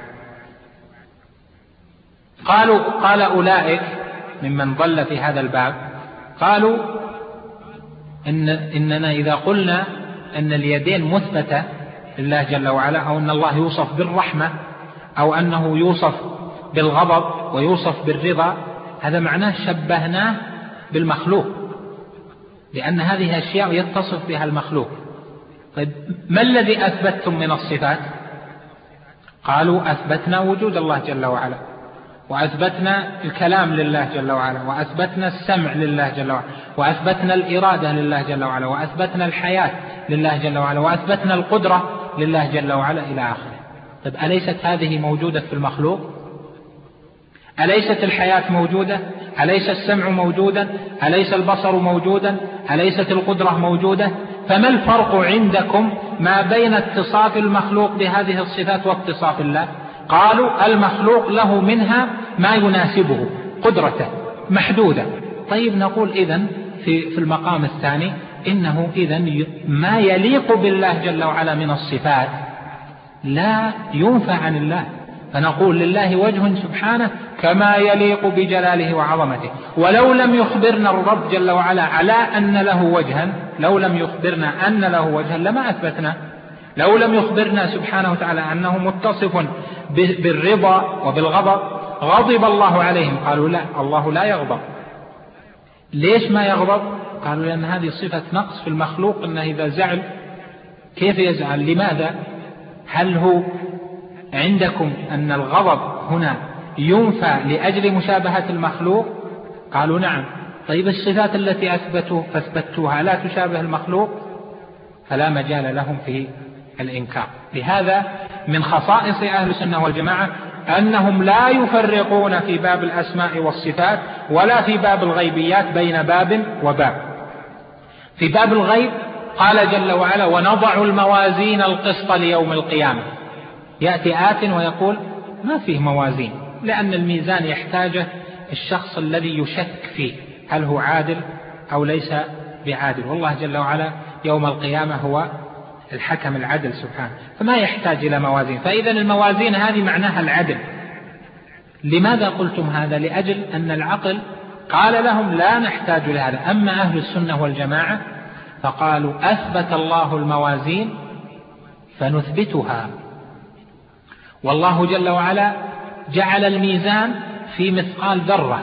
Speaker 3: قالوا قال أولئك ممن ضل في هذا الباب قالوا إن إننا إذا قلنا أن اليدين مثبتة لله جل وعلا، أو أن الله يوصف بالرحمة، أو أنه يوصف بالغضب ويوصف بالرضا، هذا معناه شبهناه بالمخلوق، لأن هذه أشياء يتصف بها المخلوق. طيب ما الذي أثبتتم من الصفات؟ قالوا أثبتنا وجود الله جل وعلا، وأثبتنا الكلام لله جل وعلا، وأثبتنا السمع لله جل وعلا، وأثبتنا الإرادة لله جل وعلا، وأثبتنا الحياة لله جل وعلا، وأثبتنا القدرة لله جل وعلا إلى آخره. طيب أليست هذه موجودة في المخلوق؟ أليست الحياة موجودة؟ أليس السمع موجودا؟ أليس البصر موجودا؟ أليست القدرة موجودة؟ فما الفرق عندكم ما بين اتصاف المخلوق بهذه الصفات واتصاف الله؟ قالوا المخلوق له منها ما يناسبه، قدرته محدودة. طيب نقول إذن في في المقام الثاني إنه إذن ما يليق بالله جل وعلا من الصفات لا ينفى عن الله، فنقول لله وجه سبحانه كما يليق بجلاله وعظمته. ولو لم يخبرنا الرب جل وعلا على أن له وجها، لو لم يخبرنا أن له وجها لما أثبتنا. لو لم يخبرنا سبحانه وتعالى أنه متصف بالرضا وبالغضب غضب الله عليهم، قالوا لا، الله لا يغضب. ليش ما يغضب؟ قالوا لأن هذه صفة نقص في المخلوق، أنه إذا زعل كيف يزعل؟ لماذا؟ هل هو عندكم أن الغضب هنا ينفى لأجل مشابهة المخلوق؟ قالوا نعم. طيب الصفات التي أثبتوا فاثبتوها لا تشابه المخلوق؟ فلا مجال لهم في الإنكار. لهذا من خصائص أهل السنة والجماعة أنهم لا يفرقون في باب الأسماء والصفات ولا في باب الغيبيات بين باب وباب. في باب الغيب قال جل وعلا: ونضع الموازين القسط ليوم القيامة. يأتي آت ويقول ما فيه موازين، لأن الميزان يحتاجه الشخص الذي يشك فيه هل هو عادل أو ليس بعادل، والله جل وعلا يوم القيامة هو الحكم العدل سبحانه، فما يحتاج إلى موازين. فإذا الموازين هذه معناها العدل. لماذا قلتم هذا؟ لأجل أن العقل قال لهم لا نحتاج لهذا. أما أهل السنة والجماعة فقالوا أثبت الله الموازين فنثبتها. والله جل وعلا جعل الميزان في مثقال ذرة،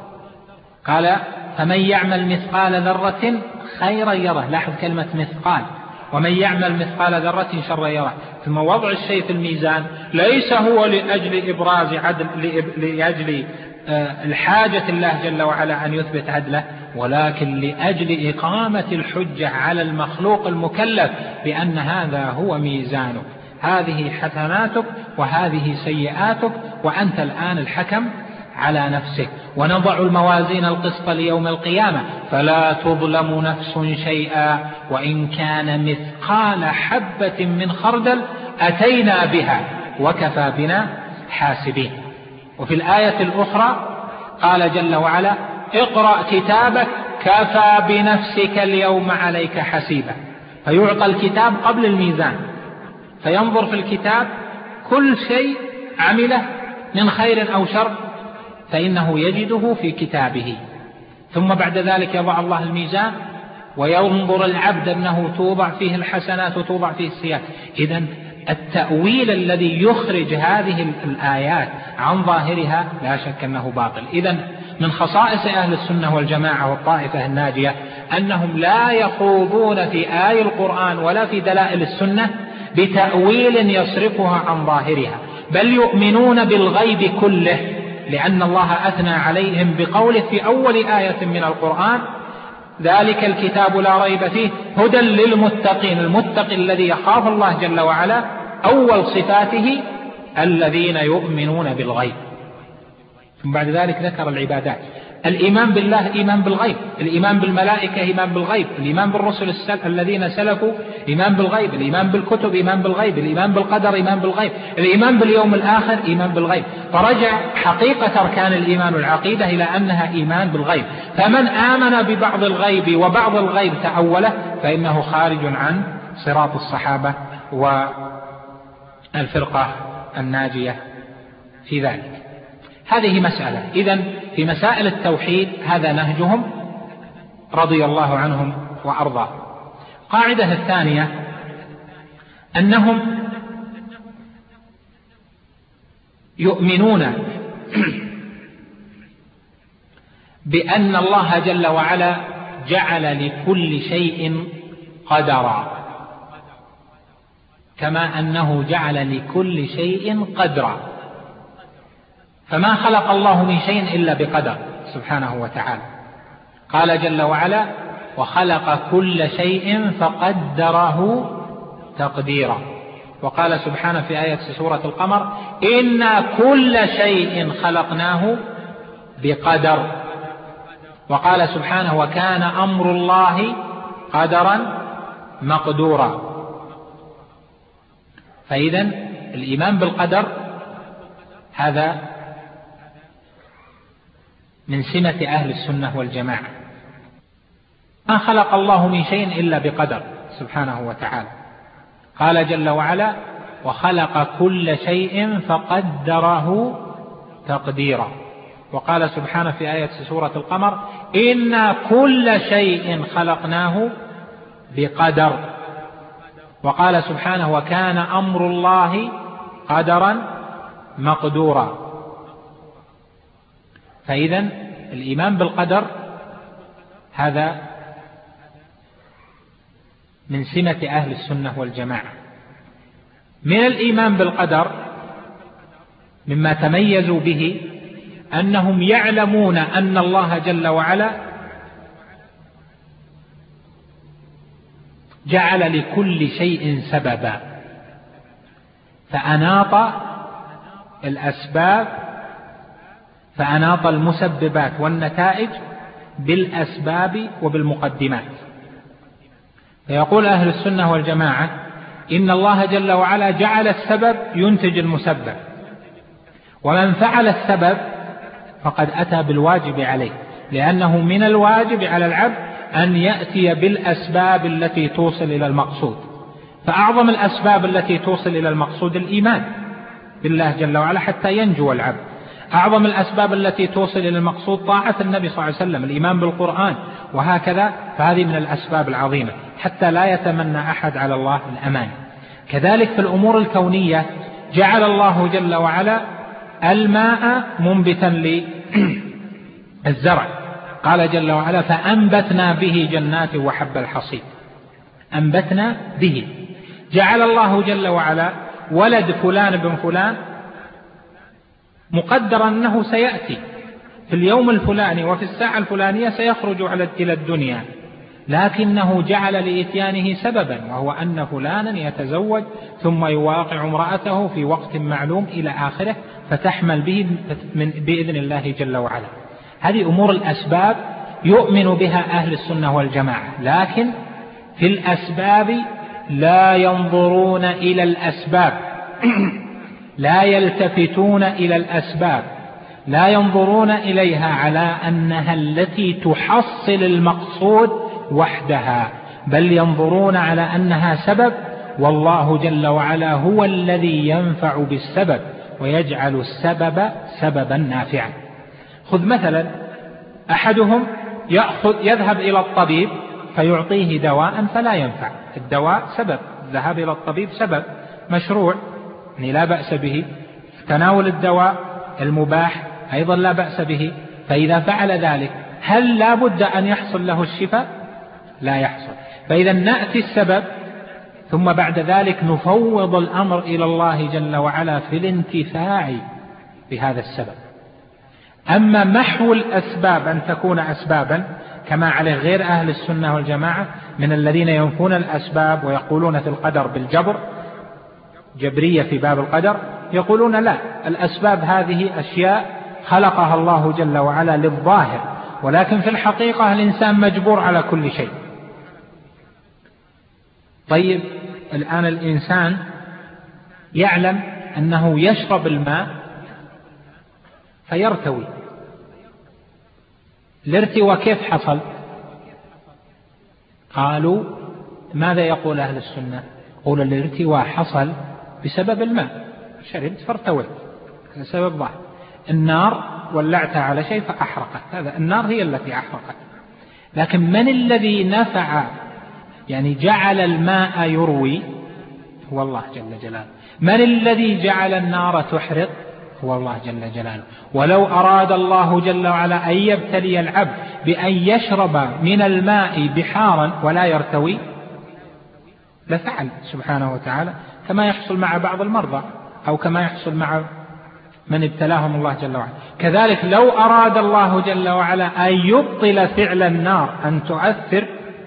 Speaker 3: قال فمن يعمل مثقال ذرة خيرا يره. لاحظ كلمة مثقال، ومن يعمل مثقال ذرة شرا يره. ثم وضع الشيء في الميزان ليس هو لأجل إبراز عدل، لأجل الحاجة الله جل وعلا أن يثبت عدله، ولكن لأجل إقامة الحجة على المخلوق المكلف بأن هذا هو ميزانك، هذه حسناتك وهذه سيئاتك، وأنت الآن الحكم على نفسك. ونضع الموازين القسط ليوم القيامة فلا تظلم نفس شيئا وإن كان مثقال حبة من خردل أتينا بها وكفى بنا حاسبين. وفي الآية الأخرى قال جل وعلا: اقرأ كتابك كفى بنفسك اليوم عليك حسيبا. فيعطى الكتاب قبل الميزان، فينظر في الكتاب كل شيء عمله من خير أو شر فإنه يجده في كتابه. ثم بعد ذلك يضع الله الميزان وينظر العبد أنه توضع فيه الحسنات وتوضع فيه السيئات. إذن التأويل الذي يخرج هذه الآيات عن ظاهرها لا شك أنه باطل. إذن من خصائص أهل السنة والجماعة والطائفة الناجية أنهم لا يخوضون في آي القرآن ولا في دلائل السنة بتأويل يصرفها عن ظاهرها، بل يؤمنون بالغيب كله، لأن الله أثنى عليهم بقوله في أول آية من القرآن: ذلك الكتاب لا ريب فيه هدى للمتقين. المتقي الذي يخاف الله جل وعلا أول صفاته الذين يؤمنون بالغيب. ثم بعد ذلك ذكر العبادات. الإيمان بالله إيمان بالغيب، الإيمان بالملائكة إيمان بالغيب، الإيمان بالرسل السل... الذين سلفوا إيمان بالغيب، الإيمان بالكتب إيمان بالغيب، الإيمان بالقدر إيمان بالغيب، الإيمان باليوم الآخر إيمان بالغيب. فرجع حقيقة أركان الإيمان والعقيدة إلى أنها إيمان بالغيب. فمن آمن ببعض الغيب وبعض الغيب تأوله فإنه خارج عن صراط الصحابة والفرقة الناجية في ذلك. هذه مسألة. إذن في مسائل التوحيد هذا نهجهم رضي الله عنهم وأرضاه. قاعدة الثانية أنهم يؤمنون بأن الله جل وعلا جعل لكل شيء قدرا، كما أنه جعل لكل شيء قدرا. فما خلق الله من شيء إلا بقدر سبحانه وتعالى. قال جل وعلا: وخلق كل شيء فقدره تقديرا. وقال سبحانه في آية سورة القمر: إنا كل شيء خلقناه بقدر. وقال سبحانه: وكان أمر الله قدرا مقدورا. فإذن الإيمان بالقدر هذا من سمة أهل السنة والجماعة. ما خلق الله من شيء إلا بقدر سبحانه وتعالى. قال جل وعلا: وخلق كل شيء فقدره تقديرا. وقال سبحانه في آية سورة القمر: إنا كل شيء خلقناه بقدر. وقال سبحانه: وكان أمر الله قدرا مقدورا. فإذن الإيمان بالقدر هذا من سمة أهل السنة والجماعة. من الإيمان بالقدر مما تميزوا به أنهم يعلمون أن الله جل وعلا جعل لكل شيء سببا، فأناط الأسباب فأناط المسببات والنتائج بالأسباب وبالمقدمات. فيقول أهل السنة والجماعة إن الله جل وعلا جعل السبب ينتج المسبب، ومن فعل السبب فقد أتى بالواجب عليه، لأنه من الواجب على العبد أن يأتي بالأسباب التي توصل إلى المقصود. فأعظم الأسباب التي توصل إلى المقصود الإيمان بالله جل وعلا حتى ينجو العبد. أعظم الأسباب التي توصل إلى المقصود طاعة النبي صلى الله عليه وسلم، الإيمان بالقرآن، وهكذا. فهذه من الأسباب العظيمة حتى لا يتمنى أحد على الله الأمان. كذلك في الأمور الكونية جعل الله جل وعلا الماء منبتا للزرع، قال جل وعلا فأنبتنا به جنات وحب الحصيد. أنبتنا به، جعل الله جل وعلا ولد فلان بن فلان مقدرا أنه سيأتي في اليوم الفلاني وفي الساعة الفلانية سيخرج إلى الدنيا، لكنه جعل لإتيانه سببا، وهو أن فلانا يتزوج ثم يواقع امرأته في وقت معلوم إلى آخره، فتحمل به بإذن الله جل وعلا. هذه أمور الأسباب يؤمن بها أهل السنة والجماعة، لكن في الأسباب لا ينظرون إلى الأسباب لا يلتفتون إلى الأسباب، لا ينظرون إليها على أنها التي تحصل المقصود وحدها، بل ينظرون على أنها سبب، والله جل وعلا هو الذي ينفع بالسبب ويجعل السبب سببا نافعا. خذ مثلا أحدهم يأخذ يذهب إلى الطبيب فيعطيه دواء فلا ينفع. الدواء سبب، الذهاب إلى الطبيب سبب مشروع، يعني لا بأس به. تناول الدواء المباح أيضا لا بأس به. فإذا فعل ذلك هل لا بد أن يحصل له الشفاء؟ لا يحصل. فإذا نأتي السبب ثم بعد ذلك نفوض الأمر إلى الله جل وعلا في الانتفاع بهذا السبب. أما محو الأسباب أن تكون أسبابا كما عليه غير أهل السنة والجماعة من الذين ينفون الأسباب ويقولون في القدر بالجبر، جبرية في باب القدر، يقولون لا، الأسباب هذه أشياء خلقها الله جل وعلا للظاهر، ولكن في الحقيقة الإنسان مجبور على كل شيء. طيب الآن الإنسان يعلم أنه يشرب الماء فيرتوي، الارتواء كيف حصل؟ قالوا ماذا يقول أهل السنة؟ قول الارتواء حصل بسبب الماء، شربت فارتويت، هذا سبب ظاهر. النار ولعتها على شيء فأحرقت، هذا النار هي التي أحرقت. لكن من الذي نفع يعني جعل الماء يروي؟ هو الله جل جلاله. من الذي جعل النار تحرق؟ هو الله جل جلاله. ولو أراد الله جل وعلا أن يبتلي العبد بأن يشرب من الماء بحارا ولا يرتوي لفعل سبحانه وتعالى، كما يحصل مع بعض المرضى أو كما يحصل مع من ابتلاهم الله جل وعلا. كذلك لو أراد الله جل وعلا أن يبطل فعل النار أن تؤثر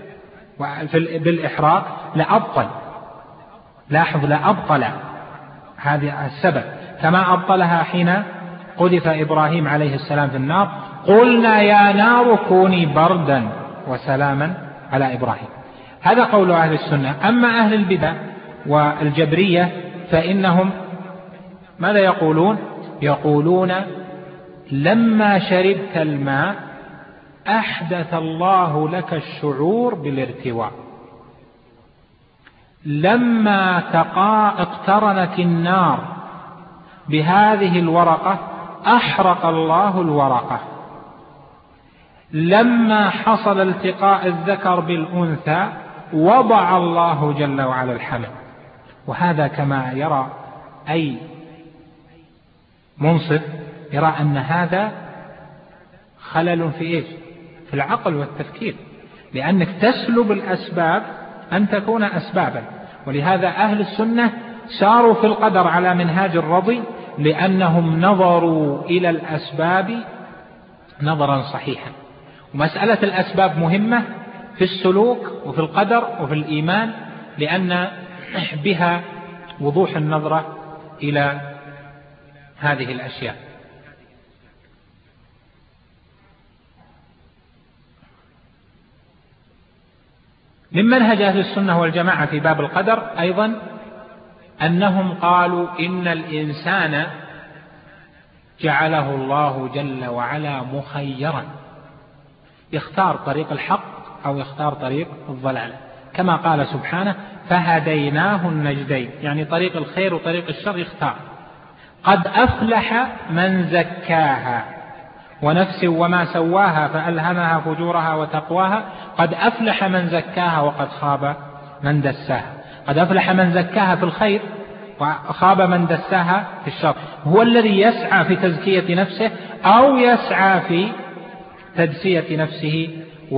Speaker 3: بالإحراق لأبطل، لاحظ لأبطل هذا السبب، كما أبطلها حين قذف إبراهيم عليه السلام في النار، قلنا يا نار كوني بردا وسلاما على إبراهيم. هذا قول أهل السنة. أما أهل البدع والجبرية فإنهم ماذا يقولون؟ يقولون لما شربت الماء أحدث الله لك الشعور بالارتواء، لما تقا اقترنت النار بهذه الورقة أحرق الله الورقة، لما حصل التقاء الذكر بالأنثى وضع الله جل وعلا الحمل. وهذا كما يرى أي منصف يرى أن هذا خلل في إيش؟ في العقل والتفكير، لأنك تسلب الأسباب أن تكون أسبابا. ولهذا أهل السنة ساروا في القدر على منهاج الرضي لأنهم نظروا إلى الأسباب نظرا صحيحا. ومسألة الأسباب مهمة في السلوك وفي القدر وفي الإيمان، لأن بها وضوح النظرة إلى هذه الأشياء. من منهج أهل السنة والجماعة في باب القدر أيضا أنهم قالوا إن الإنسان جعله الله جل وعلا مخيرا، يختار طريق الحق أو يختار طريق الضلال، كما قال سبحانه فهديناه النجدين، يعني طريق الخير وطريق الشر يختار. قد أفلح من زكاها ونفس وما سواها فألهمها فجورها وتقواها، قد أفلح من زكاها وقد خاب من دساها. قد أفلح من زكاها في الخير وخاب من دساها في الشر. هو الذي يسعى في تزكية نفسه أو يسعى في تدسية نفسه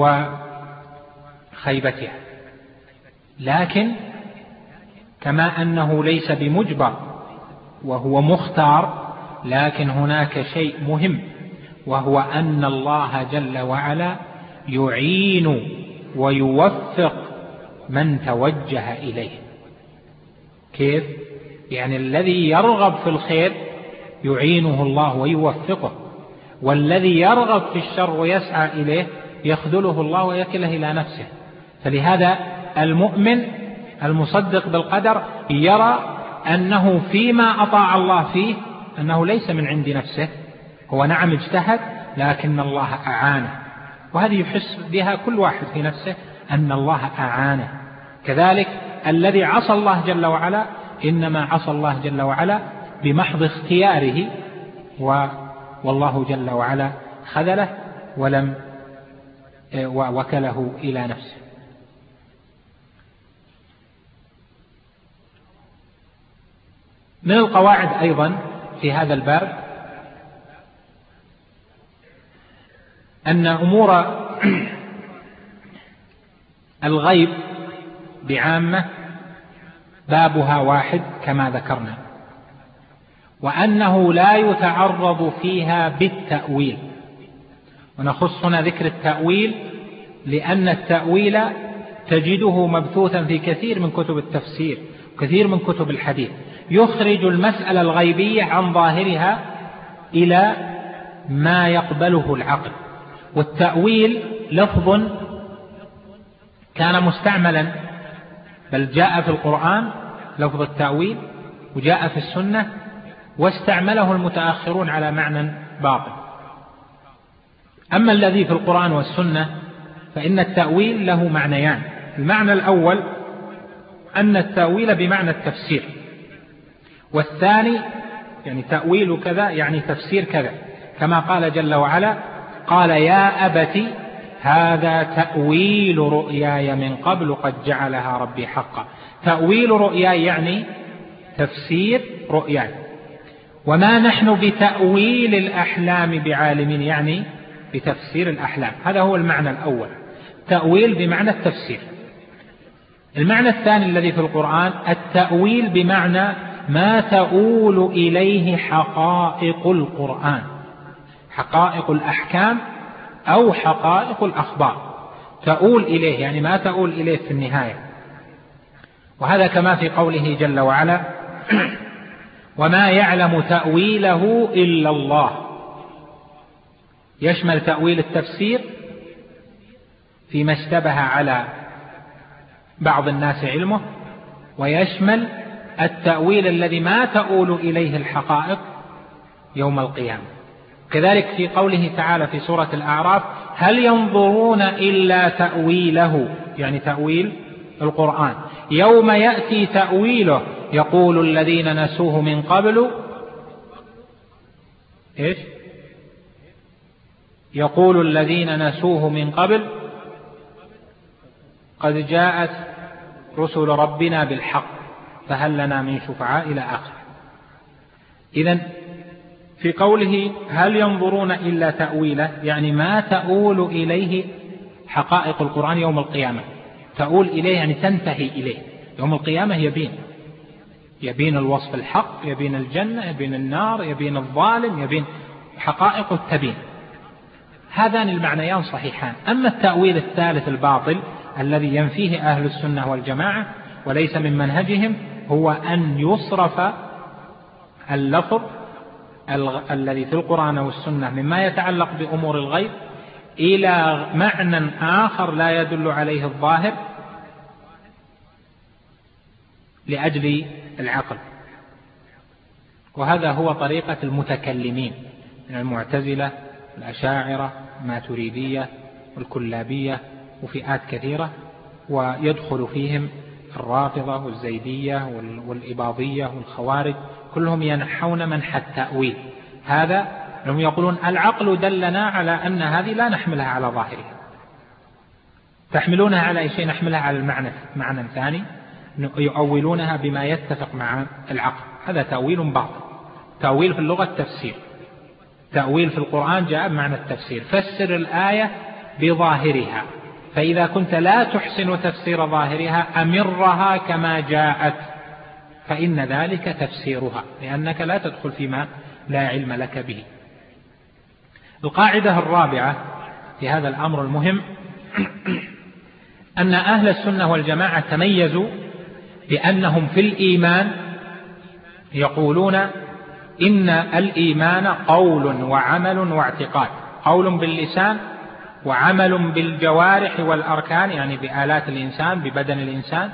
Speaker 3: وخيبتها. لكن كما أنه ليس بمجبر وهو مختار، لكن هناك شيء مهم، وهو أن الله جل وعلا يعين ويوفق من توجه إليه. كيف؟ يعني الذي يرغب في الخير يعينه الله ويوفقه، والذي يرغب في الشر ويسعى إليه يخذله الله ويكله إلى نفسه. فلهذا المؤمن المصدق بالقدر يرى أنه فيما أطاع الله فيه أنه ليس من عند نفسه، هو نعم اجتهد لكن الله أعانه، وهذه يحس بها كل واحد في نفسه أن الله أعانه. كذلك الذي عصى الله جل وعلا إنما عصى الله جل وعلا بمحض اختياره، والله جل وعلا خذله ولم وكله إلى نفسه. من القواعد أيضا في هذا الباب أن أمور الغيب بعامة بابها واحد كما ذكرنا، وأنه لا يتعرض فيها بالتأويل. ونخص هنا ذكر التأويل لأن التأويل تجده مبثوثا في كثير من كتب التفسير وكثير من كتب الحديث، يخرج المسألة الغيبية عن ظاهرها إلى ما يقبله العقل. والتأويل لفظ كان مستعملا، بل جاء في القرآن لفظ التأويل وجاء في السنة، واستعمله المتأخرون على معنى باطل. أما الذي في القرآن والسنة فإن التأويل له معنيان. المعنى الأول أن التأويل بمعنى التفسير، والثاني يعني تأويل كذا يعني تفسير كذا، كما قال جل وعلا قال يا أبت هذا تأويل رؤياي من قبل قد جعلها ربي حقا. تأويل رؤياي يعني تفسير رؤياي. وما نحن بتأويل الأحلام بعالمين، يعني بتفسير الأحلام. هذا هو المعنى الأول، تأويل بمعنى التفسير. المعنى الثاني الذي في القرآن التأويل بمعنى ما تؤول إليه حقائق القرآن، حقائق الأحكام أو حقائق الأخبار، تؤول إليه يعني ما تؤول إليه في النهاية. وهذا كما في قوله جل وعلا وما يعلم تأويله إلا الله، يشمل تأويل التفسير فيما اشتبه على بعض الناس علمه، ويشمل التأويل الذي ما تؤول إليه الحقائق يوم القيامة. كذلك في قوله تعالى في سورة الأعراف هل ينظرون إلا تأويله، يعني تأويل القرآن، يوم يأتي تأويله يقول الذين نسوه من قبل إيش؟ يقول الذين نسوه من قبل قد جاءت رسل ربنا بالحق فهل لنا من شفعاء إلى آخر. إذن في قوله هل ينظرون إلا تأويله يعني ما تؤول إليه حقائق القرآن يوم القيامة. تؤول إليه يعني تنتهي إليه، يوم القيامة يبين. يبين الوصف الحق، يبين الجنة، يبين النار، يبين الظالم، يبين حقائق التبين. هذان المعنيان صحيحان. أما التأويل الثالث الباطل الذي ينفيه أهل السنة والجماعة وليس من منهجهم هو أن يصرف اللفظ الذي في القرآن والسنة مما يتعلق بأمور الغيب إلى معنى آخر لا يدل عليه الظاهر لأجل العقل. وهذا هو طريقة المتكلمين من المعتزلة، الأشاعرة، الماتريدية، والكلابية، وفئات كثيرة، ويدخل فيهم الرافضة والزيدية والإباضية والخوارج، كلهم ينحون منح التأويل. هذا هم يقولون العقل دلنا على أن هذه لا نحملها على ظاهرها، تحملونها على أي شيء؟ نحملها على المعنى معنى ثاني، يؤولونها بما يتفق مع العقل. هذا تأويل باطل. تأويل في اللغة تفسير، تأويل في القرآن جاء بمعنى التفسير. فسر الآية بظاهرها، فإذا كنت لا تحسن تفسير ظاهرها أمرها كما جاءت، فإن ذلك تفسيرها، لأنك لا تدخل فيما لا علم لك به. القاعدة الرابعة في هذا الأمر المهم أن أهل السنة والجماعة تميزوا بأنهم في الإيمان يقولون إن الإيمان قول وعمل واعتقاد، قول باللسان وعمل بالجوارح والأركان، يعني بآلات الإنسان، ببدن الإنسان،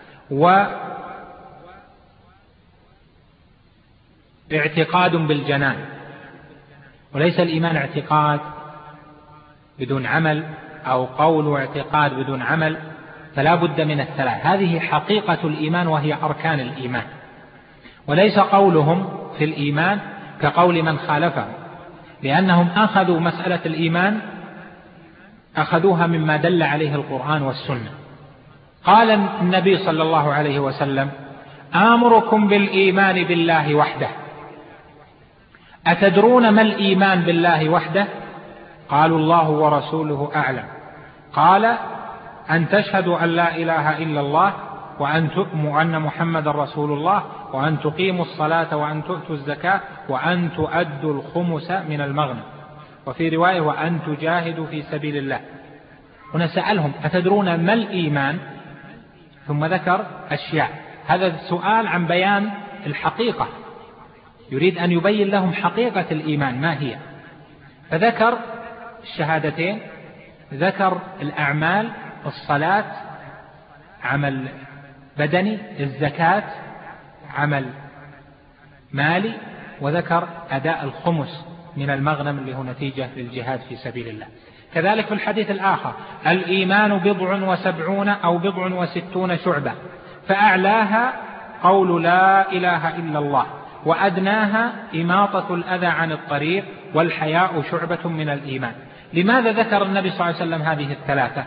Speaker 3: واعتقاد بالجنان. وليس الإيمان اعتقاد بدون عمل أو قول واعتقاد بدون عمل، فلا بد من الثلاث. هذه حقيقة الإيمان وهي أركان الإيمان. وليس قولهم في الإيمان كقول من خالفهم، لأنهم أخذوا مسألة الإيمان أخذوها مما دل عليه القرآن والسنة. قال النبي صلى الله عليه وسلم: آمركم بالإيمان بالله وحده. أتدرون ما الإيمان بالله وحده؟ قالوا: الله ورسوله أعلم. قال: أن تشهدوا أن لا إله إلا الله وأن تؤمنوا أن محمد رسول الله وأن تقيموا الصلاة وأن تؤتوا الزكاة وأن تؤدوا الخمس من المغنم، وفي رواية وأن تجاهدوا في سبيل الله. هنا سألهم: أتدرون ما الإيمان؟ ثم ذكر أشياء. هذا سؤال عن بيان الحقيقة، يريد أن يبين لهم حقيقة الإيمان ما هي. فذكر الشهادتين، ذكر الأعمال، الصلاة عمل بدني، الزكاة عمل مالي، وذكر أداء الخمس من المغنم اللي هو نتيجة للجهاد في سبيل الله. كذلك في الحديث الآخر: الإيمان بضع وسبعون أو بضع وستون شعبة، فأعلاها قول لا إله إلا الله، وأدناها إماطة الأذى عن الطريق، والحياء شعبة من الإيمان. لماذا ذكر النبي صلى الله عليه وسلم هذه الثلاثة؟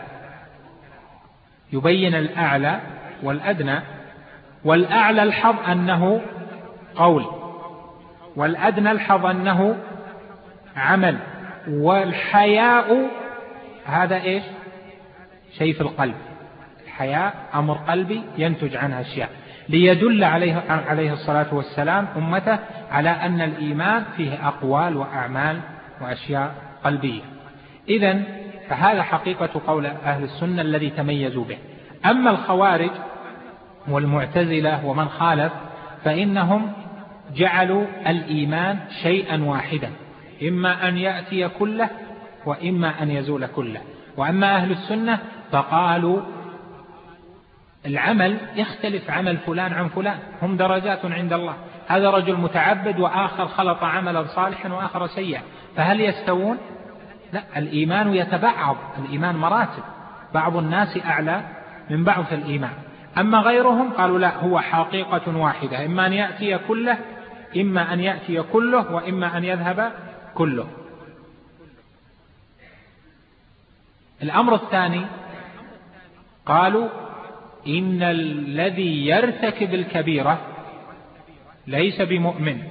Speaker 3: يبين الأعلى والأدنى. والأعلى الحظ أنه قول، والأدنى الحظ أنه عمل، والحياء هذا إيش؟ شيء في القلب. الحياء أمر قلبي ينتج عنها أشياء، ليدل عليه, عليه الصلاة والسلام أمته على أن الإيمان فيه أقوال وأعمال وأشياء قلبية. إذن فهذا حقيقة قول أهل السنة الذي تميزوا به. أما الخوارج والمعتزلة ومن خالف فإنهم جعلوا الإيمان شيئا واحدا، إما أن يأتي كله وإما أن يزول كله. وأما أهل السنة فقالوا العمل يختلف عمل فلان عن فلان، هم درجات عند الله. هذا رجل متعبد وآخر خلط عملا صالحا وآخر سيئا، فهل يستوون؟ لا، الإيمان يتبعض، الإيمان مراتب، بعض الناس أعلى من بعض في الإيمان. أما غيرهم قالوا لا، هو حقيقة واحدة، إما أن يأتي كله إما أن يأتي كله وإما أن يذهب كله. الأمر الثاني قالوا إن الذي يرتكب الكبيرة ليس بمؤمن،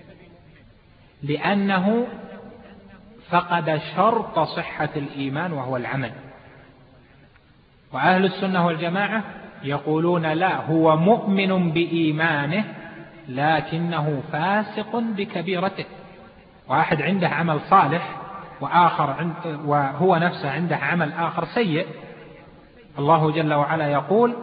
Speaker 3: لأنه فقد شرط صحة الإيمان وهو العمل. وأهل السنة والجماعة يقولون لا، هو مؤمن بإيمانه لكنه فاسق بكبيرته. واحد عنده عمل صالح وآخر عند وهو نفسه عنده عمل آخر سيء. الله جل وعلا يقول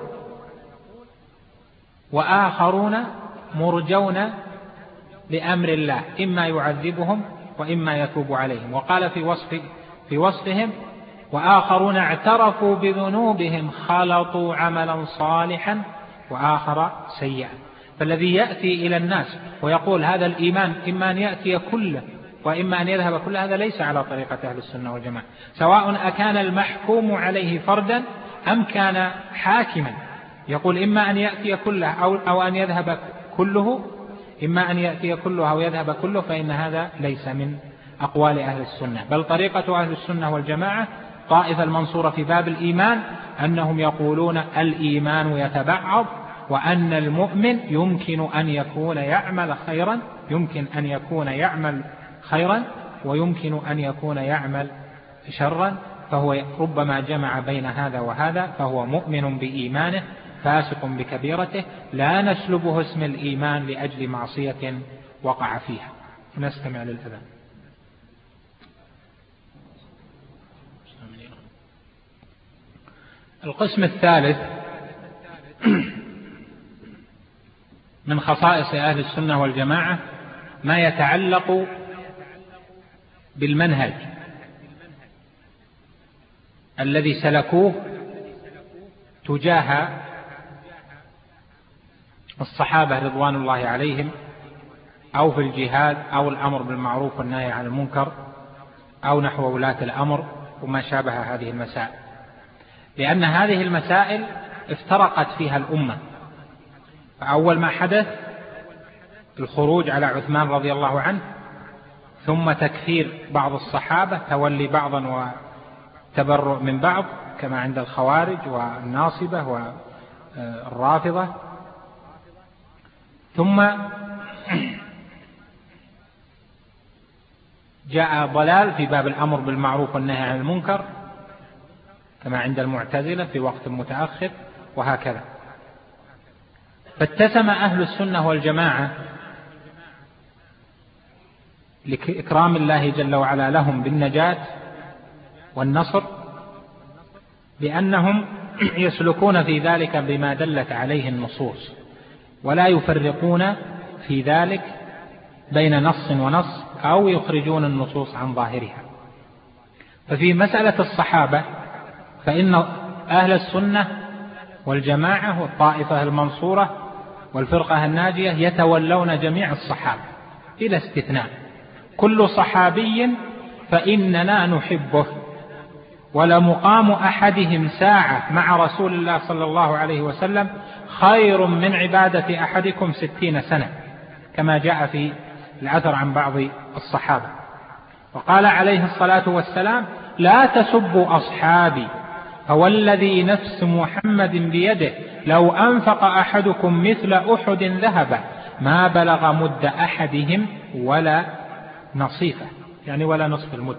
Speaker 3: وآخرون مرجون لأمر الله إما يعذبهم وإما يتوب عليهم. وقال في وصف في وصفهم وآخرون اعترفوا بذنوبهم خلطوا عملا صالحا وآخر سيئا. فالذي يأتي إلى الناس ويقول هذا الإيمان إما أن يأتي كله وإما أن يذهب كله، هذا ليس على طريقة أهل السنة والجماعة، سواء أكان المحكوم عليه فردا أم كان حاكما. يقول إما أن يأتي كله أو, أو أن يذهب كله، إما أن يأتي كله أو يذهب كله، فإن هذا ليس من أقوال أهل السنة. بل طريقة أهل السنة والجماعة طائفة المنصورة في باب الإيمان أنهم يقولون الإيمان يتبعض، وأن المؤمن يمكن أن يكون يعمل خيرا يمكن أن يكون يعمل خيرا ويمكن أن يكون يعمل شرا، فهو ربما جمع بين هذا وهذا، فهو مؤمن بإيمانه فاسق بكبيرته، لا نسلبه اسم الإيمان لأجل معصية وقع فيها. نستمع للأذان. القسم الثالث من خصائص أهل السنة والجماعة ما يتعلق بالمنهج الذي سلكوه تجاه الصحابة رضوان الله عليهم، أو في الجهاد أو الأمر بالمعروف والنهي عن المنكر أو نحو ولاة الأمر وما شابه هذه المسائل، لأن هذه المسائل افترقت فيها الأمة. فأول ما حدث الخروج على عثمان رضي الله عنه، ثم تكفير بعض الصحابة، تولي بعضا وتبرؤ من بعض كما عند الخوارج والناصبة والرافضة، ثم جاء ضلال في باب الأمر بالمعروف والنهي عن المنكر كما عند المعتزلة في وقت متأخر، وهكذا. فاتسم أهل السنة والجماعة لإكرام الله جل وعلا لهم بالنجاة والنصر بأنهم يسلكون في ذلك بما دلت عليه النصوص، ولا يفرقون في ذلك بين نص ونص أو يخرجون النصوص عن ظاهرها. ففي مسألة الصحابة فإن أهل السنة والجماعة والطائفة المنصورة والفرقة الناجية يتولون جميع الصحابة إلى استثناء. كل صحابي فإننا نحبه، ولمقام أحدهم ساعة مع رسول الله صلى الله عليه وسلم خير من عبادة أحدكم ستين سنة، كما جاء في الأثر عن بعض الصحابة. وقال عليه الصلاة والسلام لا تسبوا أصحابي فوالذي نفس محمد بيده لو أنفق أحدكم مثل أحد ذهبا ما بلغ مد أحدهم ولا نصيفه، يعني ولا نصف المد.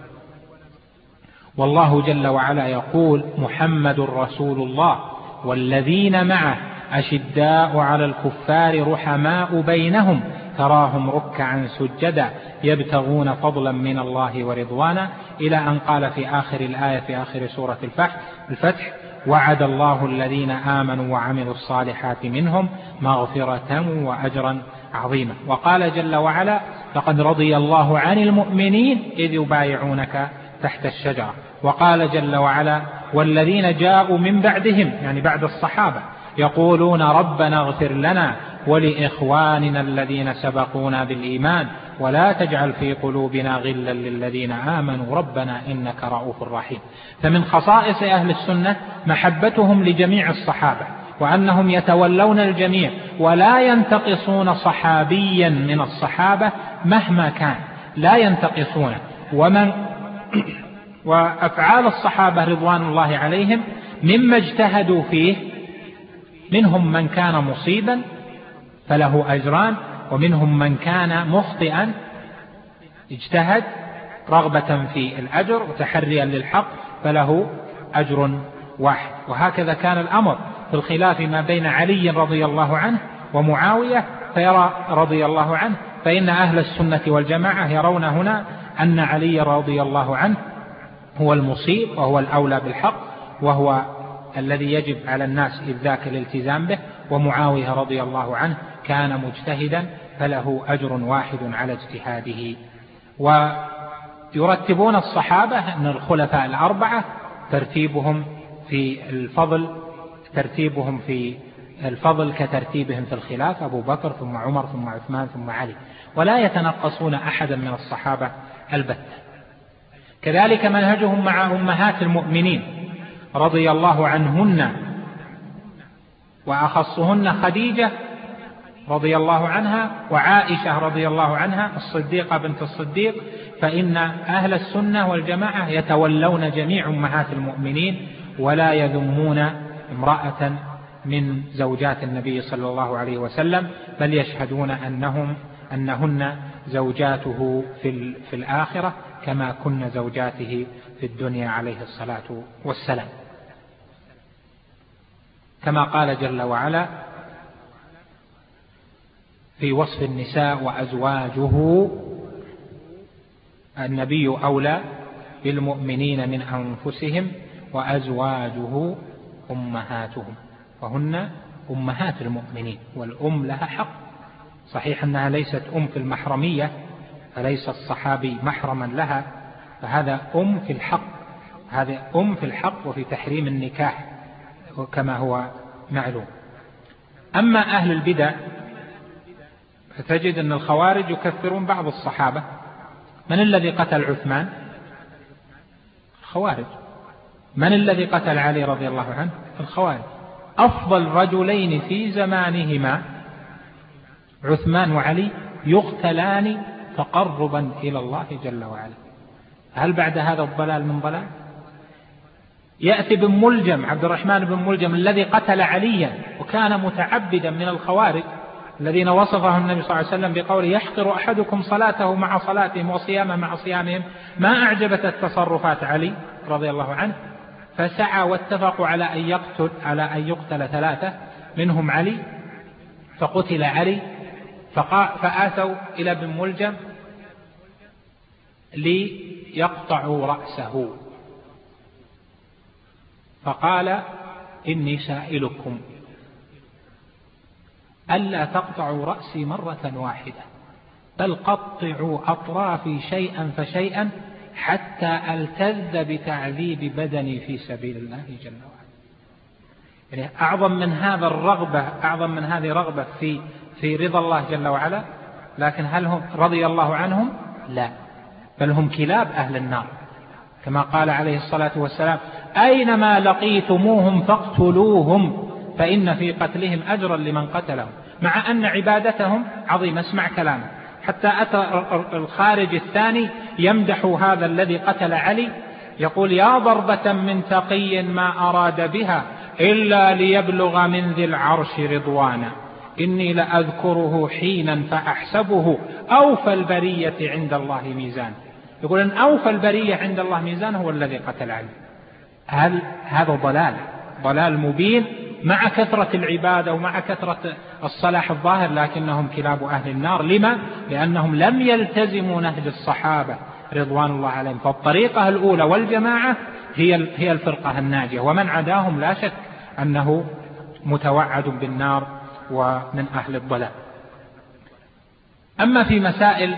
Speaker 3: والله جل وعلا يقول محمد رسول الله والذين معه أشداء على الكفار رحماء بينهم تراهم ركعا سجدا يبتغون فضلا من الله ورضوانا، إلى أن قال في آخر الآية في آخر سورة الفتح وعد الله الذين آمنوا وعملوا الصالحات منهم مغفرة وأجرا عظيما. وقال جل وعلا لقد رضي الله عن المؤمنين إذ يبايعونك تحت الشجرة. وقال جل وعلا والذين جاءوا من بعدهم، يعني بعد الصحابة، يقولون ربنا اغفر لنا ولإخواننا الذين سبقونا بالإيمان ولا تجعل في قلوبنا غلا للذين آمنوا ربنا إنك رؤوف رحيم. فمن خصائص أهل السنة محبتهم لجميع الصحابة، وأنهم يتولون الجميع ولا ينتقصون صحابيا من الصحابة مهما كان، لا ينتقصون. ومن وأفعال الصحابة رضوان الله عليهم مما اجتهدوا فيه منهم من كان مصيبا فله أجران، ومنهم من كان مخطئا اجتهد رغبة في الأجر وتحريا للحق فله أجر واحد. وهكذا كان الأمر في الخلاف ما بين علي رضي الله عنه ومعاوية فيرى رضي الله عنه، فإن أهل السنة والجماعة يرون هنا أن علي رضي الله عنه هو المصيب وهو الأولى بالحق وهو الذي يجب على الناس إذ ذاك الالتزام به، ومعاوية رضي الله عنه كان مجتهدا فله أجر واحد على اجتهاده. ويرتبون الصحابة أن الخلفاء الأربعة ترتيبهم في الفضل ترتيبهم في الفضل كترتيبهم في الخلاف، أبو بكر ثم عمر ثم عثمان ثم علي، ولا يتنقصون أحدا من الصحابة البتة. كذلك منهجهم مع أمهات المؤمنين رضي الله عنهن، وأخصهن خديجة رضي الله عنها وعائشة رضي الله عنها الصديقة بنت الصديق، فإن أهل السنة والجماعة يتولون جميع أمهات المؤمنين ولا يذمون امرأة من زوجات النبي صلى الله عليه وسلم، بل يشهدون أنهم أنهن زوجاته في, في الآخرة كما كن زوجاته في الدنيا عليه الصلاة والسلام، كما قال جل وعلا في وصف النساء وأزواجه: النبي أولى بالمؤمنين من أنفسهم وأزواجه أمهاتهم، وهن أمهات المؤمنين، والأم لها حق. صحيح أنها ليست أم في المحرمية، فليس الصحابي محرما لها، فهذا أم في الحق، هذا أم في الحق وفي تحريم النكاح كما هو معلوم. أما أهل البدع فتجد أن الخوارج يكفرون بعض الصحابة. من الذي قتل عثمان؟ الخوارج. من الذي قتل علي رضي الله عنه؟ الخوارج. أفضل رجلين في زمانهما عثمان وعلي يقتلان تقربا إلى الله جل وعلا. هل بعد هذا الضلال من ضلال؟ يأتي بن ملجم، عبد الرحمن بن ملجم الذي قتل عليا وكان متعبدا من الخوارج الذين وصفهم النبي صلى الله عليه وسلم بقوله: يحقر أحدكم صلاته مع صلاتهم وصيامه مع صيامهم. ما أعجبت التصرفات علي رضي الله عنه، فسعى واتفقوا على أن يقتل على أن يقتل ثلاثة منهم علي، فقتل علي، فآتوا إلى ابن ملجم ليقطعوا رأسه، فقال: إني سائلكم ألا تقطعوا رأسي مرة واحدة، بل قطعوا أطرافي شيئا فشيئا حتى ألتذ بتعذيب بدني في سبيل الله جل وعلا. يعني أعظم من هذا الرغبة، أعظم من هذه رغبة في في رضا الله جل وعلا، لكن هل هم رضي الله عنهم؟ لا، بل هم كلاب أهل النار، كما قال عليه الصلاة والسلام: أينما لقيتموهم فاقتلوهم فإن في قتلهم أجرا لمن قتلهم. مع أن عبادتهم عظيمة. اسمع كلامه. حتى أتى الخارج الثاني يمدح هذا الذي قتل علي، يقول: يا ضربة من تقي ما أراد بها إلا ليبلغ من ذي العرش رضوانا، إني لأذكره حينا فأحسبه أوفى البرية عند الله ميزان. يقول أن أوفى البرية عند الله ميزان هو الذي قتل علي. هل هذا ضلال ضلال مبين مع كثرة العبادة ومع كثرة الصلاح الظاهر، لكنهم كلاب أهل النار. لما؟ لأنهم لم يلتزموا نهج الصحابة رضوان الله عليهم. فالطريقة الأولى والجماعة هي هي الفرقة الناجية، ومن عداهم لا شك أنه متوعد بالنار ومن أهل الضلال. أما في مسائل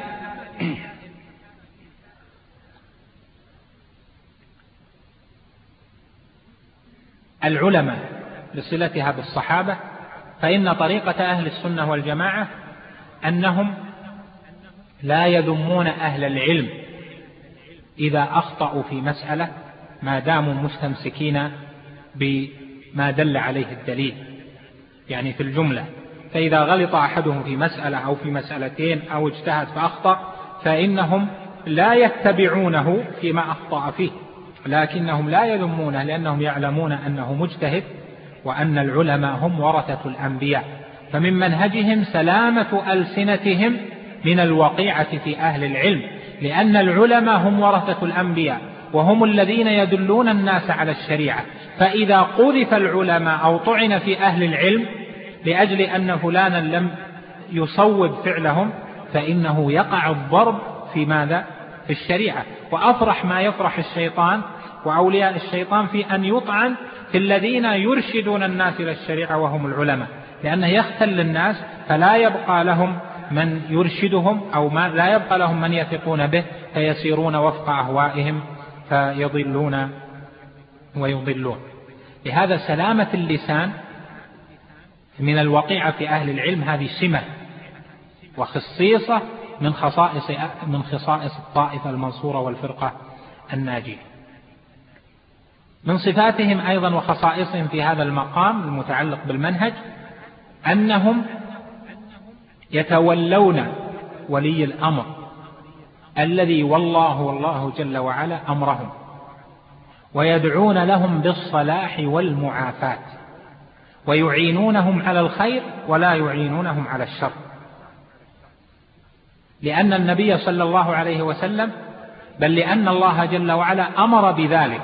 Speaker 3: العلماء بصلتها بالصحابة، فإن طريقة أهل السنة والجماعة أنهم لا يذمون أهل العلم إذا أخطأوا في مسألة ما داموا مستمسكين بما دل عليه الدليل، يعني في الجملة. فإذا غلط أحدهم في مسألة أو في مسألتين أو اجتهد فأخطأ، فإنهم لا يتبعونه فيما أخطأ فيه، لكنهم لا يذمونه لأنهم يعلمون أنه مجتهد وأن العلماء هم ورثة الأنبياء. فمن منهجهم سلامة ألسنتهم من الوقيعة في أهل العلم، لأن العلماء هم ورثة الأنبياء، وهم الذين يدلون الناس على الشريعة. فإذا قذف العلماء أو طعن في أهل العلم لأجل أن فلانا لم يصوب فعلهم فإنه يقع الضرب في ماذا؟ في الشريعة. وأفرح ما يفرح الشيطان وأولياء الشيطان في أن يطعن في الذين يرشدون الناس إلى الشريعة وهم العلماء، لأنه يختل الناس فلا يبقى لهم من يرشدهم أو ما لا يبقى لهم من يثقون به، فيسيرون وفق أهوائهم فيضلون ويضلون. لهذا سلامة اللسان من الوقيعة في أهل العلم هذه سمة وخصيصة من خصائص من خصائص الطائفة المنصورة والفرقة الناجية. من صفاتهم أيضا وخصائصهم في هذا المقام المتعلق بالمنهج أنهم يتولون ولي الأمر الذي والله والله جل وعلا أمرهم، ويدعون لهم بالصلاح والمعافاة، ويعينونهم على الخير ولا يعينونهم على الشر، لأن النبي صلى الله عليه وسلم بل لأن الله جل وعلا أمر بذلك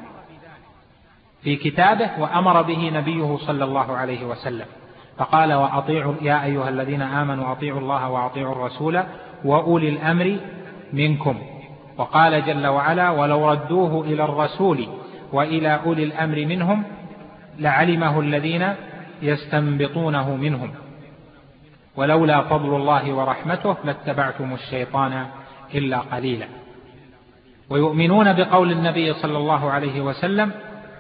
Speaker 3: في كتابه وأمر به نبيه صلى الله عليه وسلم، فقال وأطيعوا يا أيها الذين آمنوا أطيعوا الله وأطيعوا الرسول وأولي الأمر منكم. وقال جل وعلا ولو ردوه إلى الرسول وإلى أولي الأمر منهم لعلمه الذين يستنبطونه منهم ولولا فضل الله ورحمته لاتبعتم الشيطان إلا قليلا. ويؤمنون بقول النبي صلى الله عليه وسلم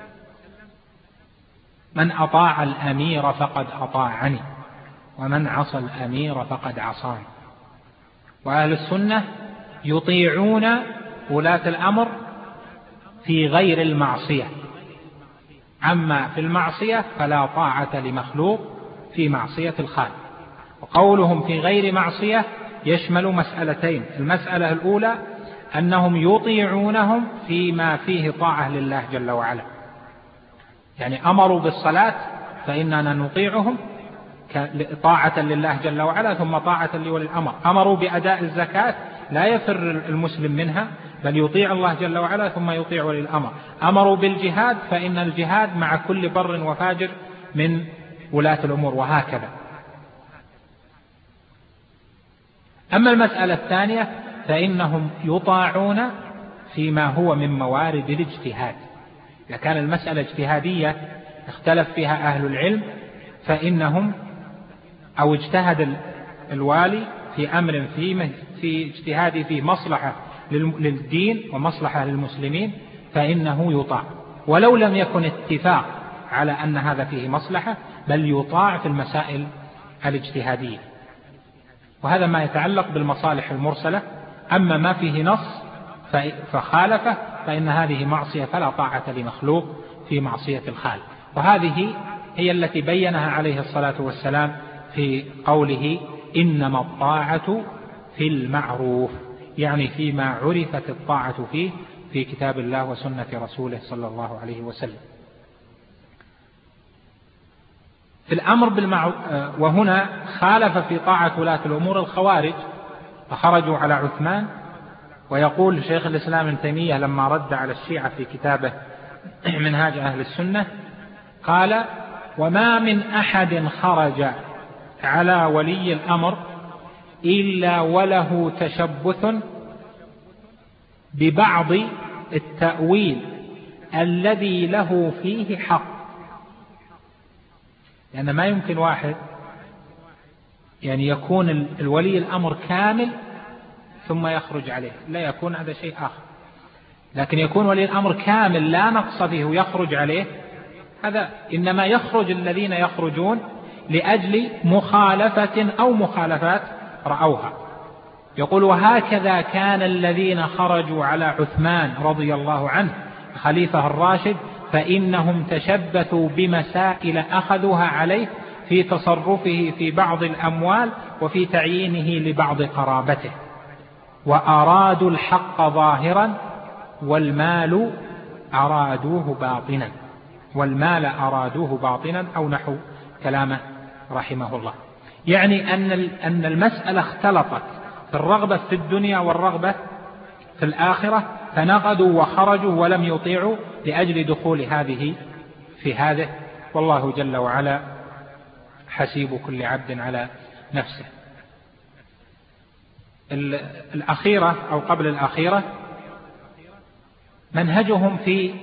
Speaker 3: من أطاع الأمير فقد أطاعني ومن عصى الأمير فقد عصاني. وأهل السنة يطيعون ولاة الأمر في غير المعصية، أما في المعصية فلا طاعة لمخلوق في معصية الخالق. وقولهم في غير معصية يشمل مسألتين: المسألة الأولى أنهم يطيعونهم فيما فيه طاعة لله جل وعلا، يعني أمروا بالصلاة فإننا نطيعهم طاعة لله جل وعلا ثم طاعة لولي الأمر. أمروا بأداء الزكاة لا يفر المسلم منها بل يطيع الله جل وعلا ثم يطيع ولي الأمر. أمروا بالجهاد فإن الجهاد مع كل بر وفاجر من ولاة الأمور، وهكذا. أما المسألة الثانية فإنهم يطاعون فيما هو من موارد الاجتهاد. إذا كان المسألة اجتهادية اختلف فيها أهل العلم فإنهم أو اجتهد الوالي في أمر في في اجتهاد فيه مصلحة للدين ومصلحة للمسلمين فإنه يطاع، ولو لم يكن اتفاق على أن هذا فيه مصلحة بل يطاع في المسائل الاجتهادية. وهذا ما يتعلق بالمصالح المرسلة. أما ما فيه نص فخالفه فإن هذه معصية فلا طاعة لمخلوق في معصية الخالق. وهذه هي التي بينها عليه الصلاة والسلام في قوله إنما الطاعة في المعروف، يعني فيما عرفت الطاعة فيه في كتاب الله وسنة رسوله صلى الله عليه وسلم. في الأمر بالمعروف. وهنا خالف في طاعة ولاة الأمور الخوارج فخرجوا على عثمان. ويقول شيخ الإسلام ابن تيمية لما رد على الشيعة في كتابه منهاج أهل السنة قال وما من أحد خرج على ولي الأمر إلا وله تشبث ببعض التأويل الذي له فيه حق. لأن ما يمكن واحد يعني يكون الولي الأمر كامل ثم يخرج عليه، لا يكون هذا شيء آخر. لكن يكون ولي الأمر كامل لا نقص فيه ويخرج عليه، هذا إنما يخرج الذين يخرجون لأجل مخالفة أو مخالفات رأوها. يقول وهكذا كان الذين خرجوا على عثمان رضي الله عنه خليفة الراشد فإنهم تشبثوا بمسائل أخذوها عليه في تصرفه في بعض الأموال وفي تعيينه لبعض قرابته، وأرادوا الحق ظاهرا والمال أرادوه باطنا والمال أرادوه باطنا أو نحو كلامه رحمه الله. يعني أن المسألة اختلطت في الرغبة في الدنيا والرغبة في الآخرة فنقدوا وخرجوا ولم يطيعوا لأجل دخول هذه في هذه، والله جل وعلا حسيب كل عبد على نفسه. الأخيرة أو قبل الأخيرة منهجهم في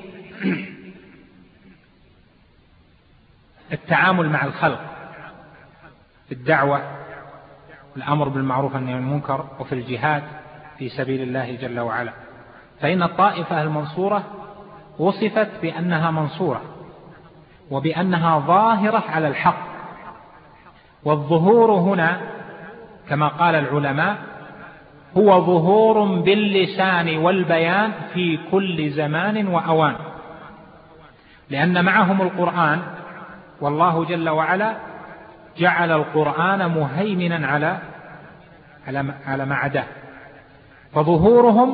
Speaker 3: التعامل مع الخلق في الدعوة، الأمر بالمعروف والنهي عن المنكر، وفي الجهاد في سبيل الله جل وعلا. فإن الطائفة المنصورة وصفت بأنها منصورة وبأنها ظاهرة على الحق، والظهور هنا كما قال العلماء هو ظهور باللسان والبيان في كل زمان وأوان، لأن معهم القرآن، والله جل وعلا جعل القرآن مهيمنا على على ما عداه، فظهورهم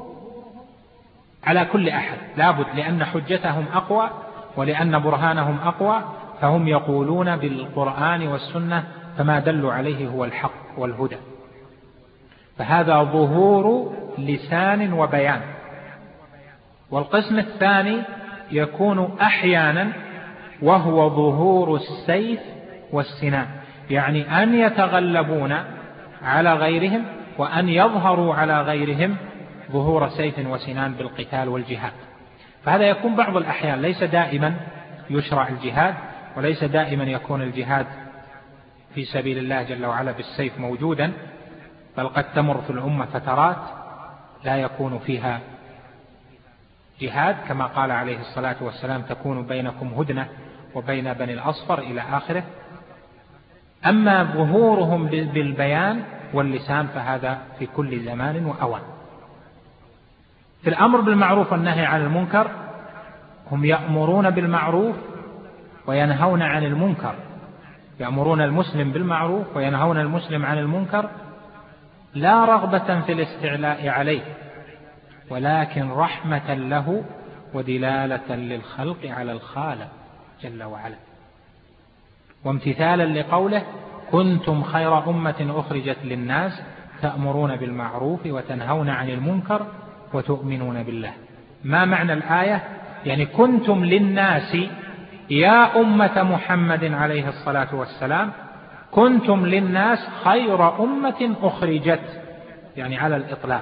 Speaker 3: على كل أحد لابد، لأن حجتهم أقوى ولأن برهانهم أقوى، فهم يقولون بالقرآن والسنة فما دلوا عليه هو الحق والهدى. فهذا ظهور لسان وبيان. والقسم الثاني يكون أحيانا وهو ظهور السيف والسنان، يعني أن يتغلبون على غيرهم وأن يظهروا على غيرهم ظهور سيف وسنان بالقتال والجهاد. فهذا يكون بعض الأحيان، ليس دائما يشرع الجهاد، وليس دائما يكون الجهاد في سبيل الله جل وعلا بالسيف موجودا، بل قد تمر في الأمة فترات لا يكون فيها جهاد، كما قال عليه الصلاة والسلام تكون بينكم هدنة وبين بني الأصفر إلى آخره. أما ظهورهم بالبيان واللسان فهذا في كل زمان وأوان. في الأمر بالمعروف والنهي عن المنكر هم يأمرون بالمعروف وينهون عن المنكر، يأمرون المسلم بالمعروف وينهون المسلم عن المنكر، لا رغبة في الاستعلاء عليه، ولكن رحمة له ودلالة للخلق على الخالق جل وعلا، وامتثالا لقوله كنتم خير أمة أخرجت للناس تأمرون بالمعروف وتنهون عن المنكر وتؤمنون بالله. ما معنى الآية؟ يعني كنتم للناس يا أمة محمد عليه الصلاة والسلام، كنتم للناس خير أمة أخرجت، يعني على الإطلاق.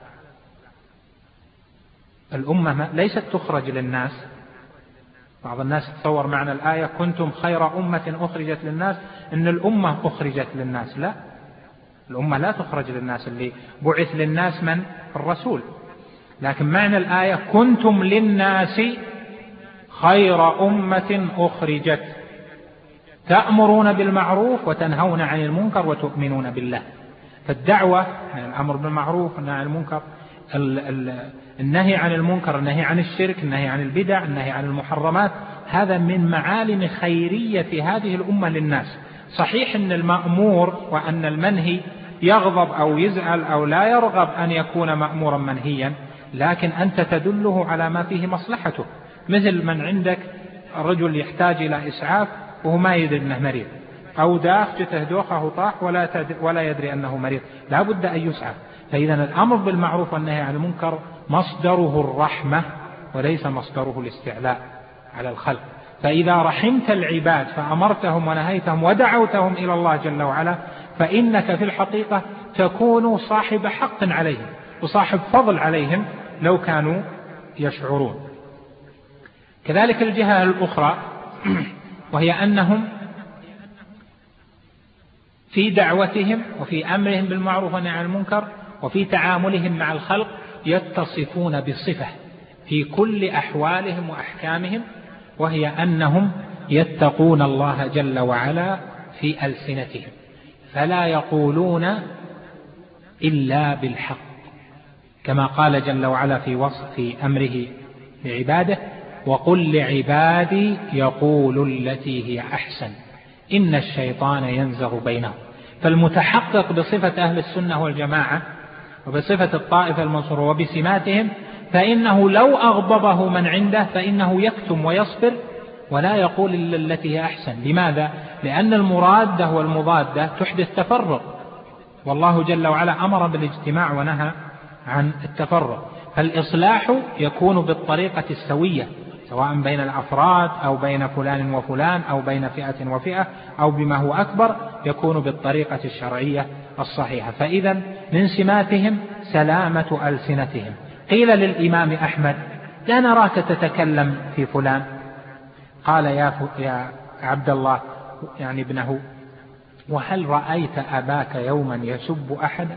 Speaker 3: الأمة ليست تخرج للناس. بعض الناس تصور معنى الآية كنتم خير أمة أخرجت للناس إن الأمة أخرجت للناس، لا، الأمة لا تخرج للناس، اللي بعث للناس من الرسول. لكن معنى الآية كنتم للناس خير أمة أخرجت تأمرون بالمعروف وتنهون عن المنكر وتؤمنون بالله. فالدعوة يعني الأمر بالمعروف والنهي عن المنكر، النهي عن المنكر، النهي عن الشرك، النهي عن البدع، النهي عن المحرمات، هذا من معالم خيرية هذه الأمة للناس. صحيح أن المأمور وأن المنهي يغضب أو يزعل أو لا يرغب أن يكون مأمورا منهيا، لكن أنت تدله على ما فيه مصلحته. مثل من عندك رجل يحتاج إلى إسعاف وهو ما يدري أنه مريض، أو داخ جته دوخه طاح ولا, ولا يدري أنه مريض، لا بد أن يسعف. فإذا الأمر بالمعروف والنهي عن المنكر مصدره الرحمة وليس مصدره الاستعلاء على الخلق. فإذا رحمت العباد فأمرتهم ونهيتهم ودعوتهم إلى الله جل وعلا، فإنك في الحقيقة تكون صاحب حق عليهم وصاحب فضل عليهم لو كانوا يشعرون. كذلك الجهة الأخرى، وهي أنهم في دعوتهم وفي أمرهم بالمعروف والنهي عن المنكر وفي تعاملهم مع الخلق يتصفون بصفة في كل أحوالهم وأحكامهم، وهي أنهم يتقون الله جل وعلا في ألسنتهم، فلا يقولون إلا بالحق، كما قال جل وعلا في وصف في أمره لعباده وقل لعبادي يقولوا التي هي أحسن إن الشيطان ينزغ بينهم. فالمتحقق بصفة أهل السنة والجماعة وبصفة الطائفة المنصورة وبسماتهم، فإنه لو أغضبه من عنده فإنه يكتم ويصبر ولا يقول إلا التي هي أحسن. لماذا؟ لأن المرادة والمضادة تحدث تفرق، والله جل وعلا أمر بالاجتماع ونهى عن التفرق. فالإصلاح يكون بالطريقة السوية، سواء بين الأفراد أو بين فلان وفلان أو بين فئة وفئة أو بما هو أكبر، يكون بالطريقة الشرعية الصحيحة. فإذا من سماتهم سلامة ألسنتهم. قيل للإمام أحمد: لا نراك تتكلم في فلان. قال: يا, يا عبد الله، يعني ابنه: وهل رأيت أباك يوما يسب أحدا؟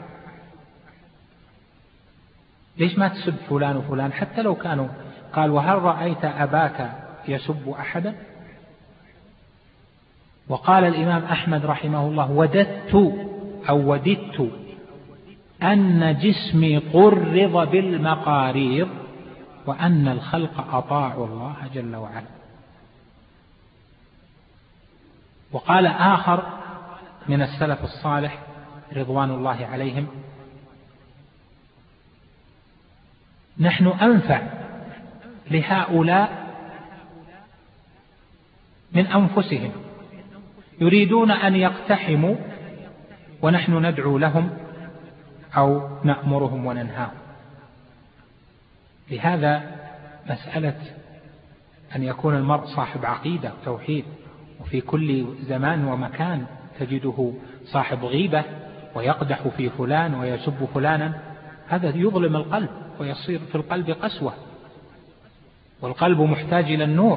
Speaker 3: ليش ما تسب فلان وفلان حتى لو كانوا؟ قال: وهل رأيت أباك يسب أحدا؟ وقال الإمام أحمد رحمه الله: وددت أو وددت أن جسمي قرض بالمقاريض وأن الخلق أطاعوا الله جل وعلا. وقال آخر من السلف الصالح رضوان الله عليهم: نحن أنفع لهؤلاء من أنفسهم، يريدون أن يقتحموا ونحن ندعو لهم أو نأمرهم وننهاهم. لهذا مسألة أن يكون المرء صاحب عقيدة وتوحيد، وفي كل زمان ومكان تجده صاحب غيبة ويقدح في فلان ويسب فلانا، هذا يظلم القلب ويصير في القلب قسوة، والقلب محتاج إلى النور.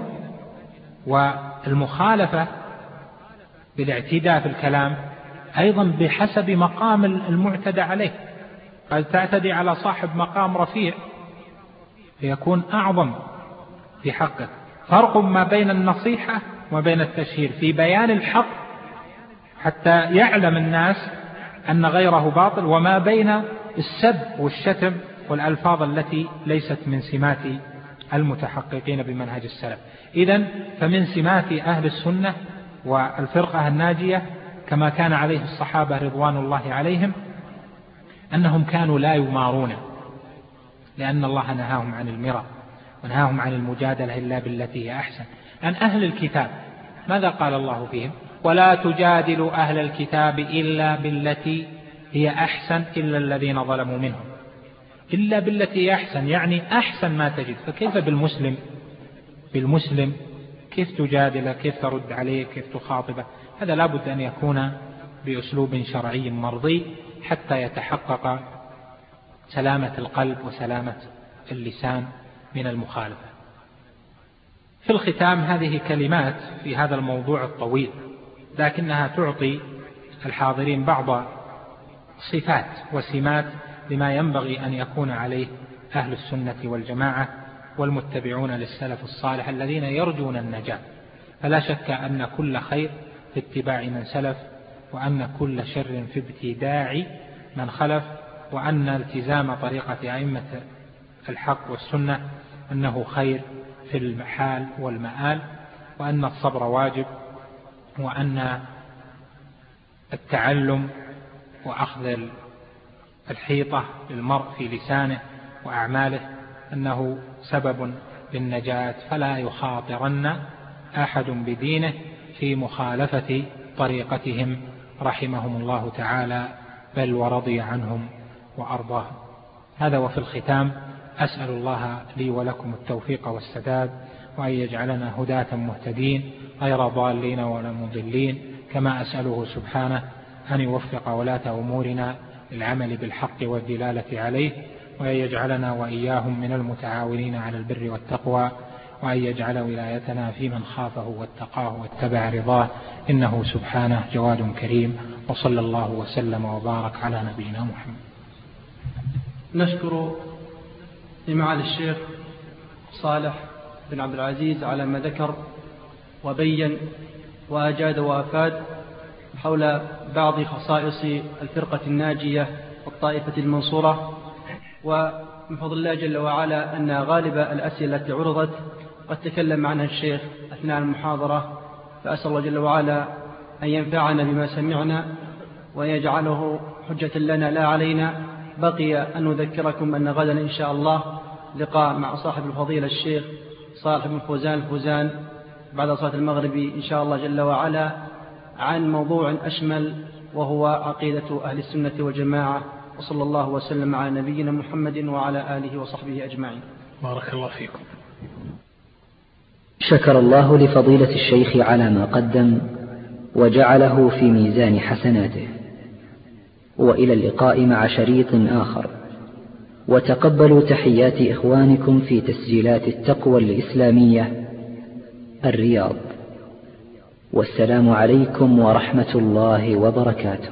Speaker 3: والمخالفة بالاعتداء في الكلام أيضا بحسب مقام المعتدى عليه، قد تعتدي على صاحب مقام رفيع فيكون أعظم في حقه. فرق ما بين النصيحة وبين التشهير في بيان الحق حتى يعلم الناس أن غيره باطل، وما بين السب والشتم والألفاظ التي ليست من سمات المتحققين بمنهج السلف. إذن فمن سمات أهل السنة والفرقة الناجية كما كان عليه الصحابة رضوان الله عليهم أنهم كانوا لا يمارون، لأن الله نهاهم عن المرى ونهاهم عن المجادلة إلا بالتي هي أحسن. عن أهل الكتاب ماذا قال الله فيهم؟ ولا تجادلوا أهل الكتاب إلا بالتي هي أحسن إلا الذين ظلموا منهم. إلا بالتي هي أحسن يعني أحسن ما تجد. فكيف بالمسلم؟ بالمسلم كيف تجادله؟ كيف ترد عليه؟ كيف تخاطبه؟ هذا لابد أن يكون بأسلوب شرعي مرضي حتى يتحقق سلامة القلب وسلامة اللسان من المخالفة. في الختام هذه كلمات في هذا الموضوع الطويل، لكنها تعطي الحاضرين بعض صفات وسمات لما ينبغي أن يكون عليه أهل السنة والجماعة والمتبعون للسلف الصالح الذين يرجون النجاة. فلا شك أن كل خير في اتباع من سلف، وأن كل شر في ابتداع من خلف، وأن التزام طريقة أئمة الحق والسنة أنه خير في المحال والمآل، وأن الصبر واجب، وأن التعلم وأخذ الحيطة للمرء في لسانه وأعماله أنه سبب للنجاة. فلا يخاطرن أحد بدينه في مخالفة طريقتهم رحمهم الله تعالى، بل ورضي عنهم وأرضاهم. هذا. وفي الختام أسأل الله لي ولكم التوفيق والسداد، وأن يجعلنا هداة مهتدين غير ضالين ولا مضلين، كما أسأله سبحانه أن يوفق ولاة أمورنا للعمل بالحق والدلالة عليه، وأن يجعلنا وإياهم من المتعاونين على البر والتقوى، وأن يجعل ولايتنا في من خافه واتقاه واتبع رضاه، إنه سبحانه جواد كريم. وصلى الله وسلم وبارك على نبينا محمد.
Speaker 2: نشكر لمعالي الشيخ صالح بن عبد العزيز على ما ذكر وبين وأجاد وأفاد حول بعض خصائص الفرقة الناجية والطائفة المنصورة. ومن فضل الله جل وعلا أن غالب الأسئلة التي عرضت قد تكلم عنها الشيخ أثناء المحاضرة، فأسأل الله جل وعلا أن ينفعنا بما سمعنا وأن يجعله حجة لنا لا علينا. بقي أن نذكركم أن غدا إن شاء الله لقاء مع صاحب الفضيلة الشيخ صالح بن فوزان الفوزان بعد صلاة المغرب إن شاء الله جل وعلا، عن موضوع أشمل وهو عقيدة أهل السنة والجماعة وصلى الله وسلم على نبينا محمد وعلى آله وصحبه أجمعين.
Speaker 4: بارك الله فيكم.
Speaker 5: شكر الله لفضيلة الشيخ على ما قدم وجعله في ميزان حسناته، وإلى اللقاء مع شريط آخر، وتقبلوا تحيات إخوانكم في تسجيلات التقوى الإسلامية الرياض، والسلام عليكم ورحمة الله وبركاته.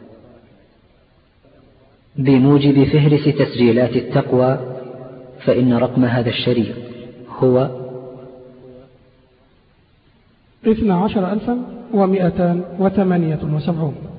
Speaker 5: بموجب فهرس تسجيلات التقوى، فإن رقم هذا الشريط هو
Speaker 6: اثنا عشر ألفا ومئتان وثمانية وسبعون.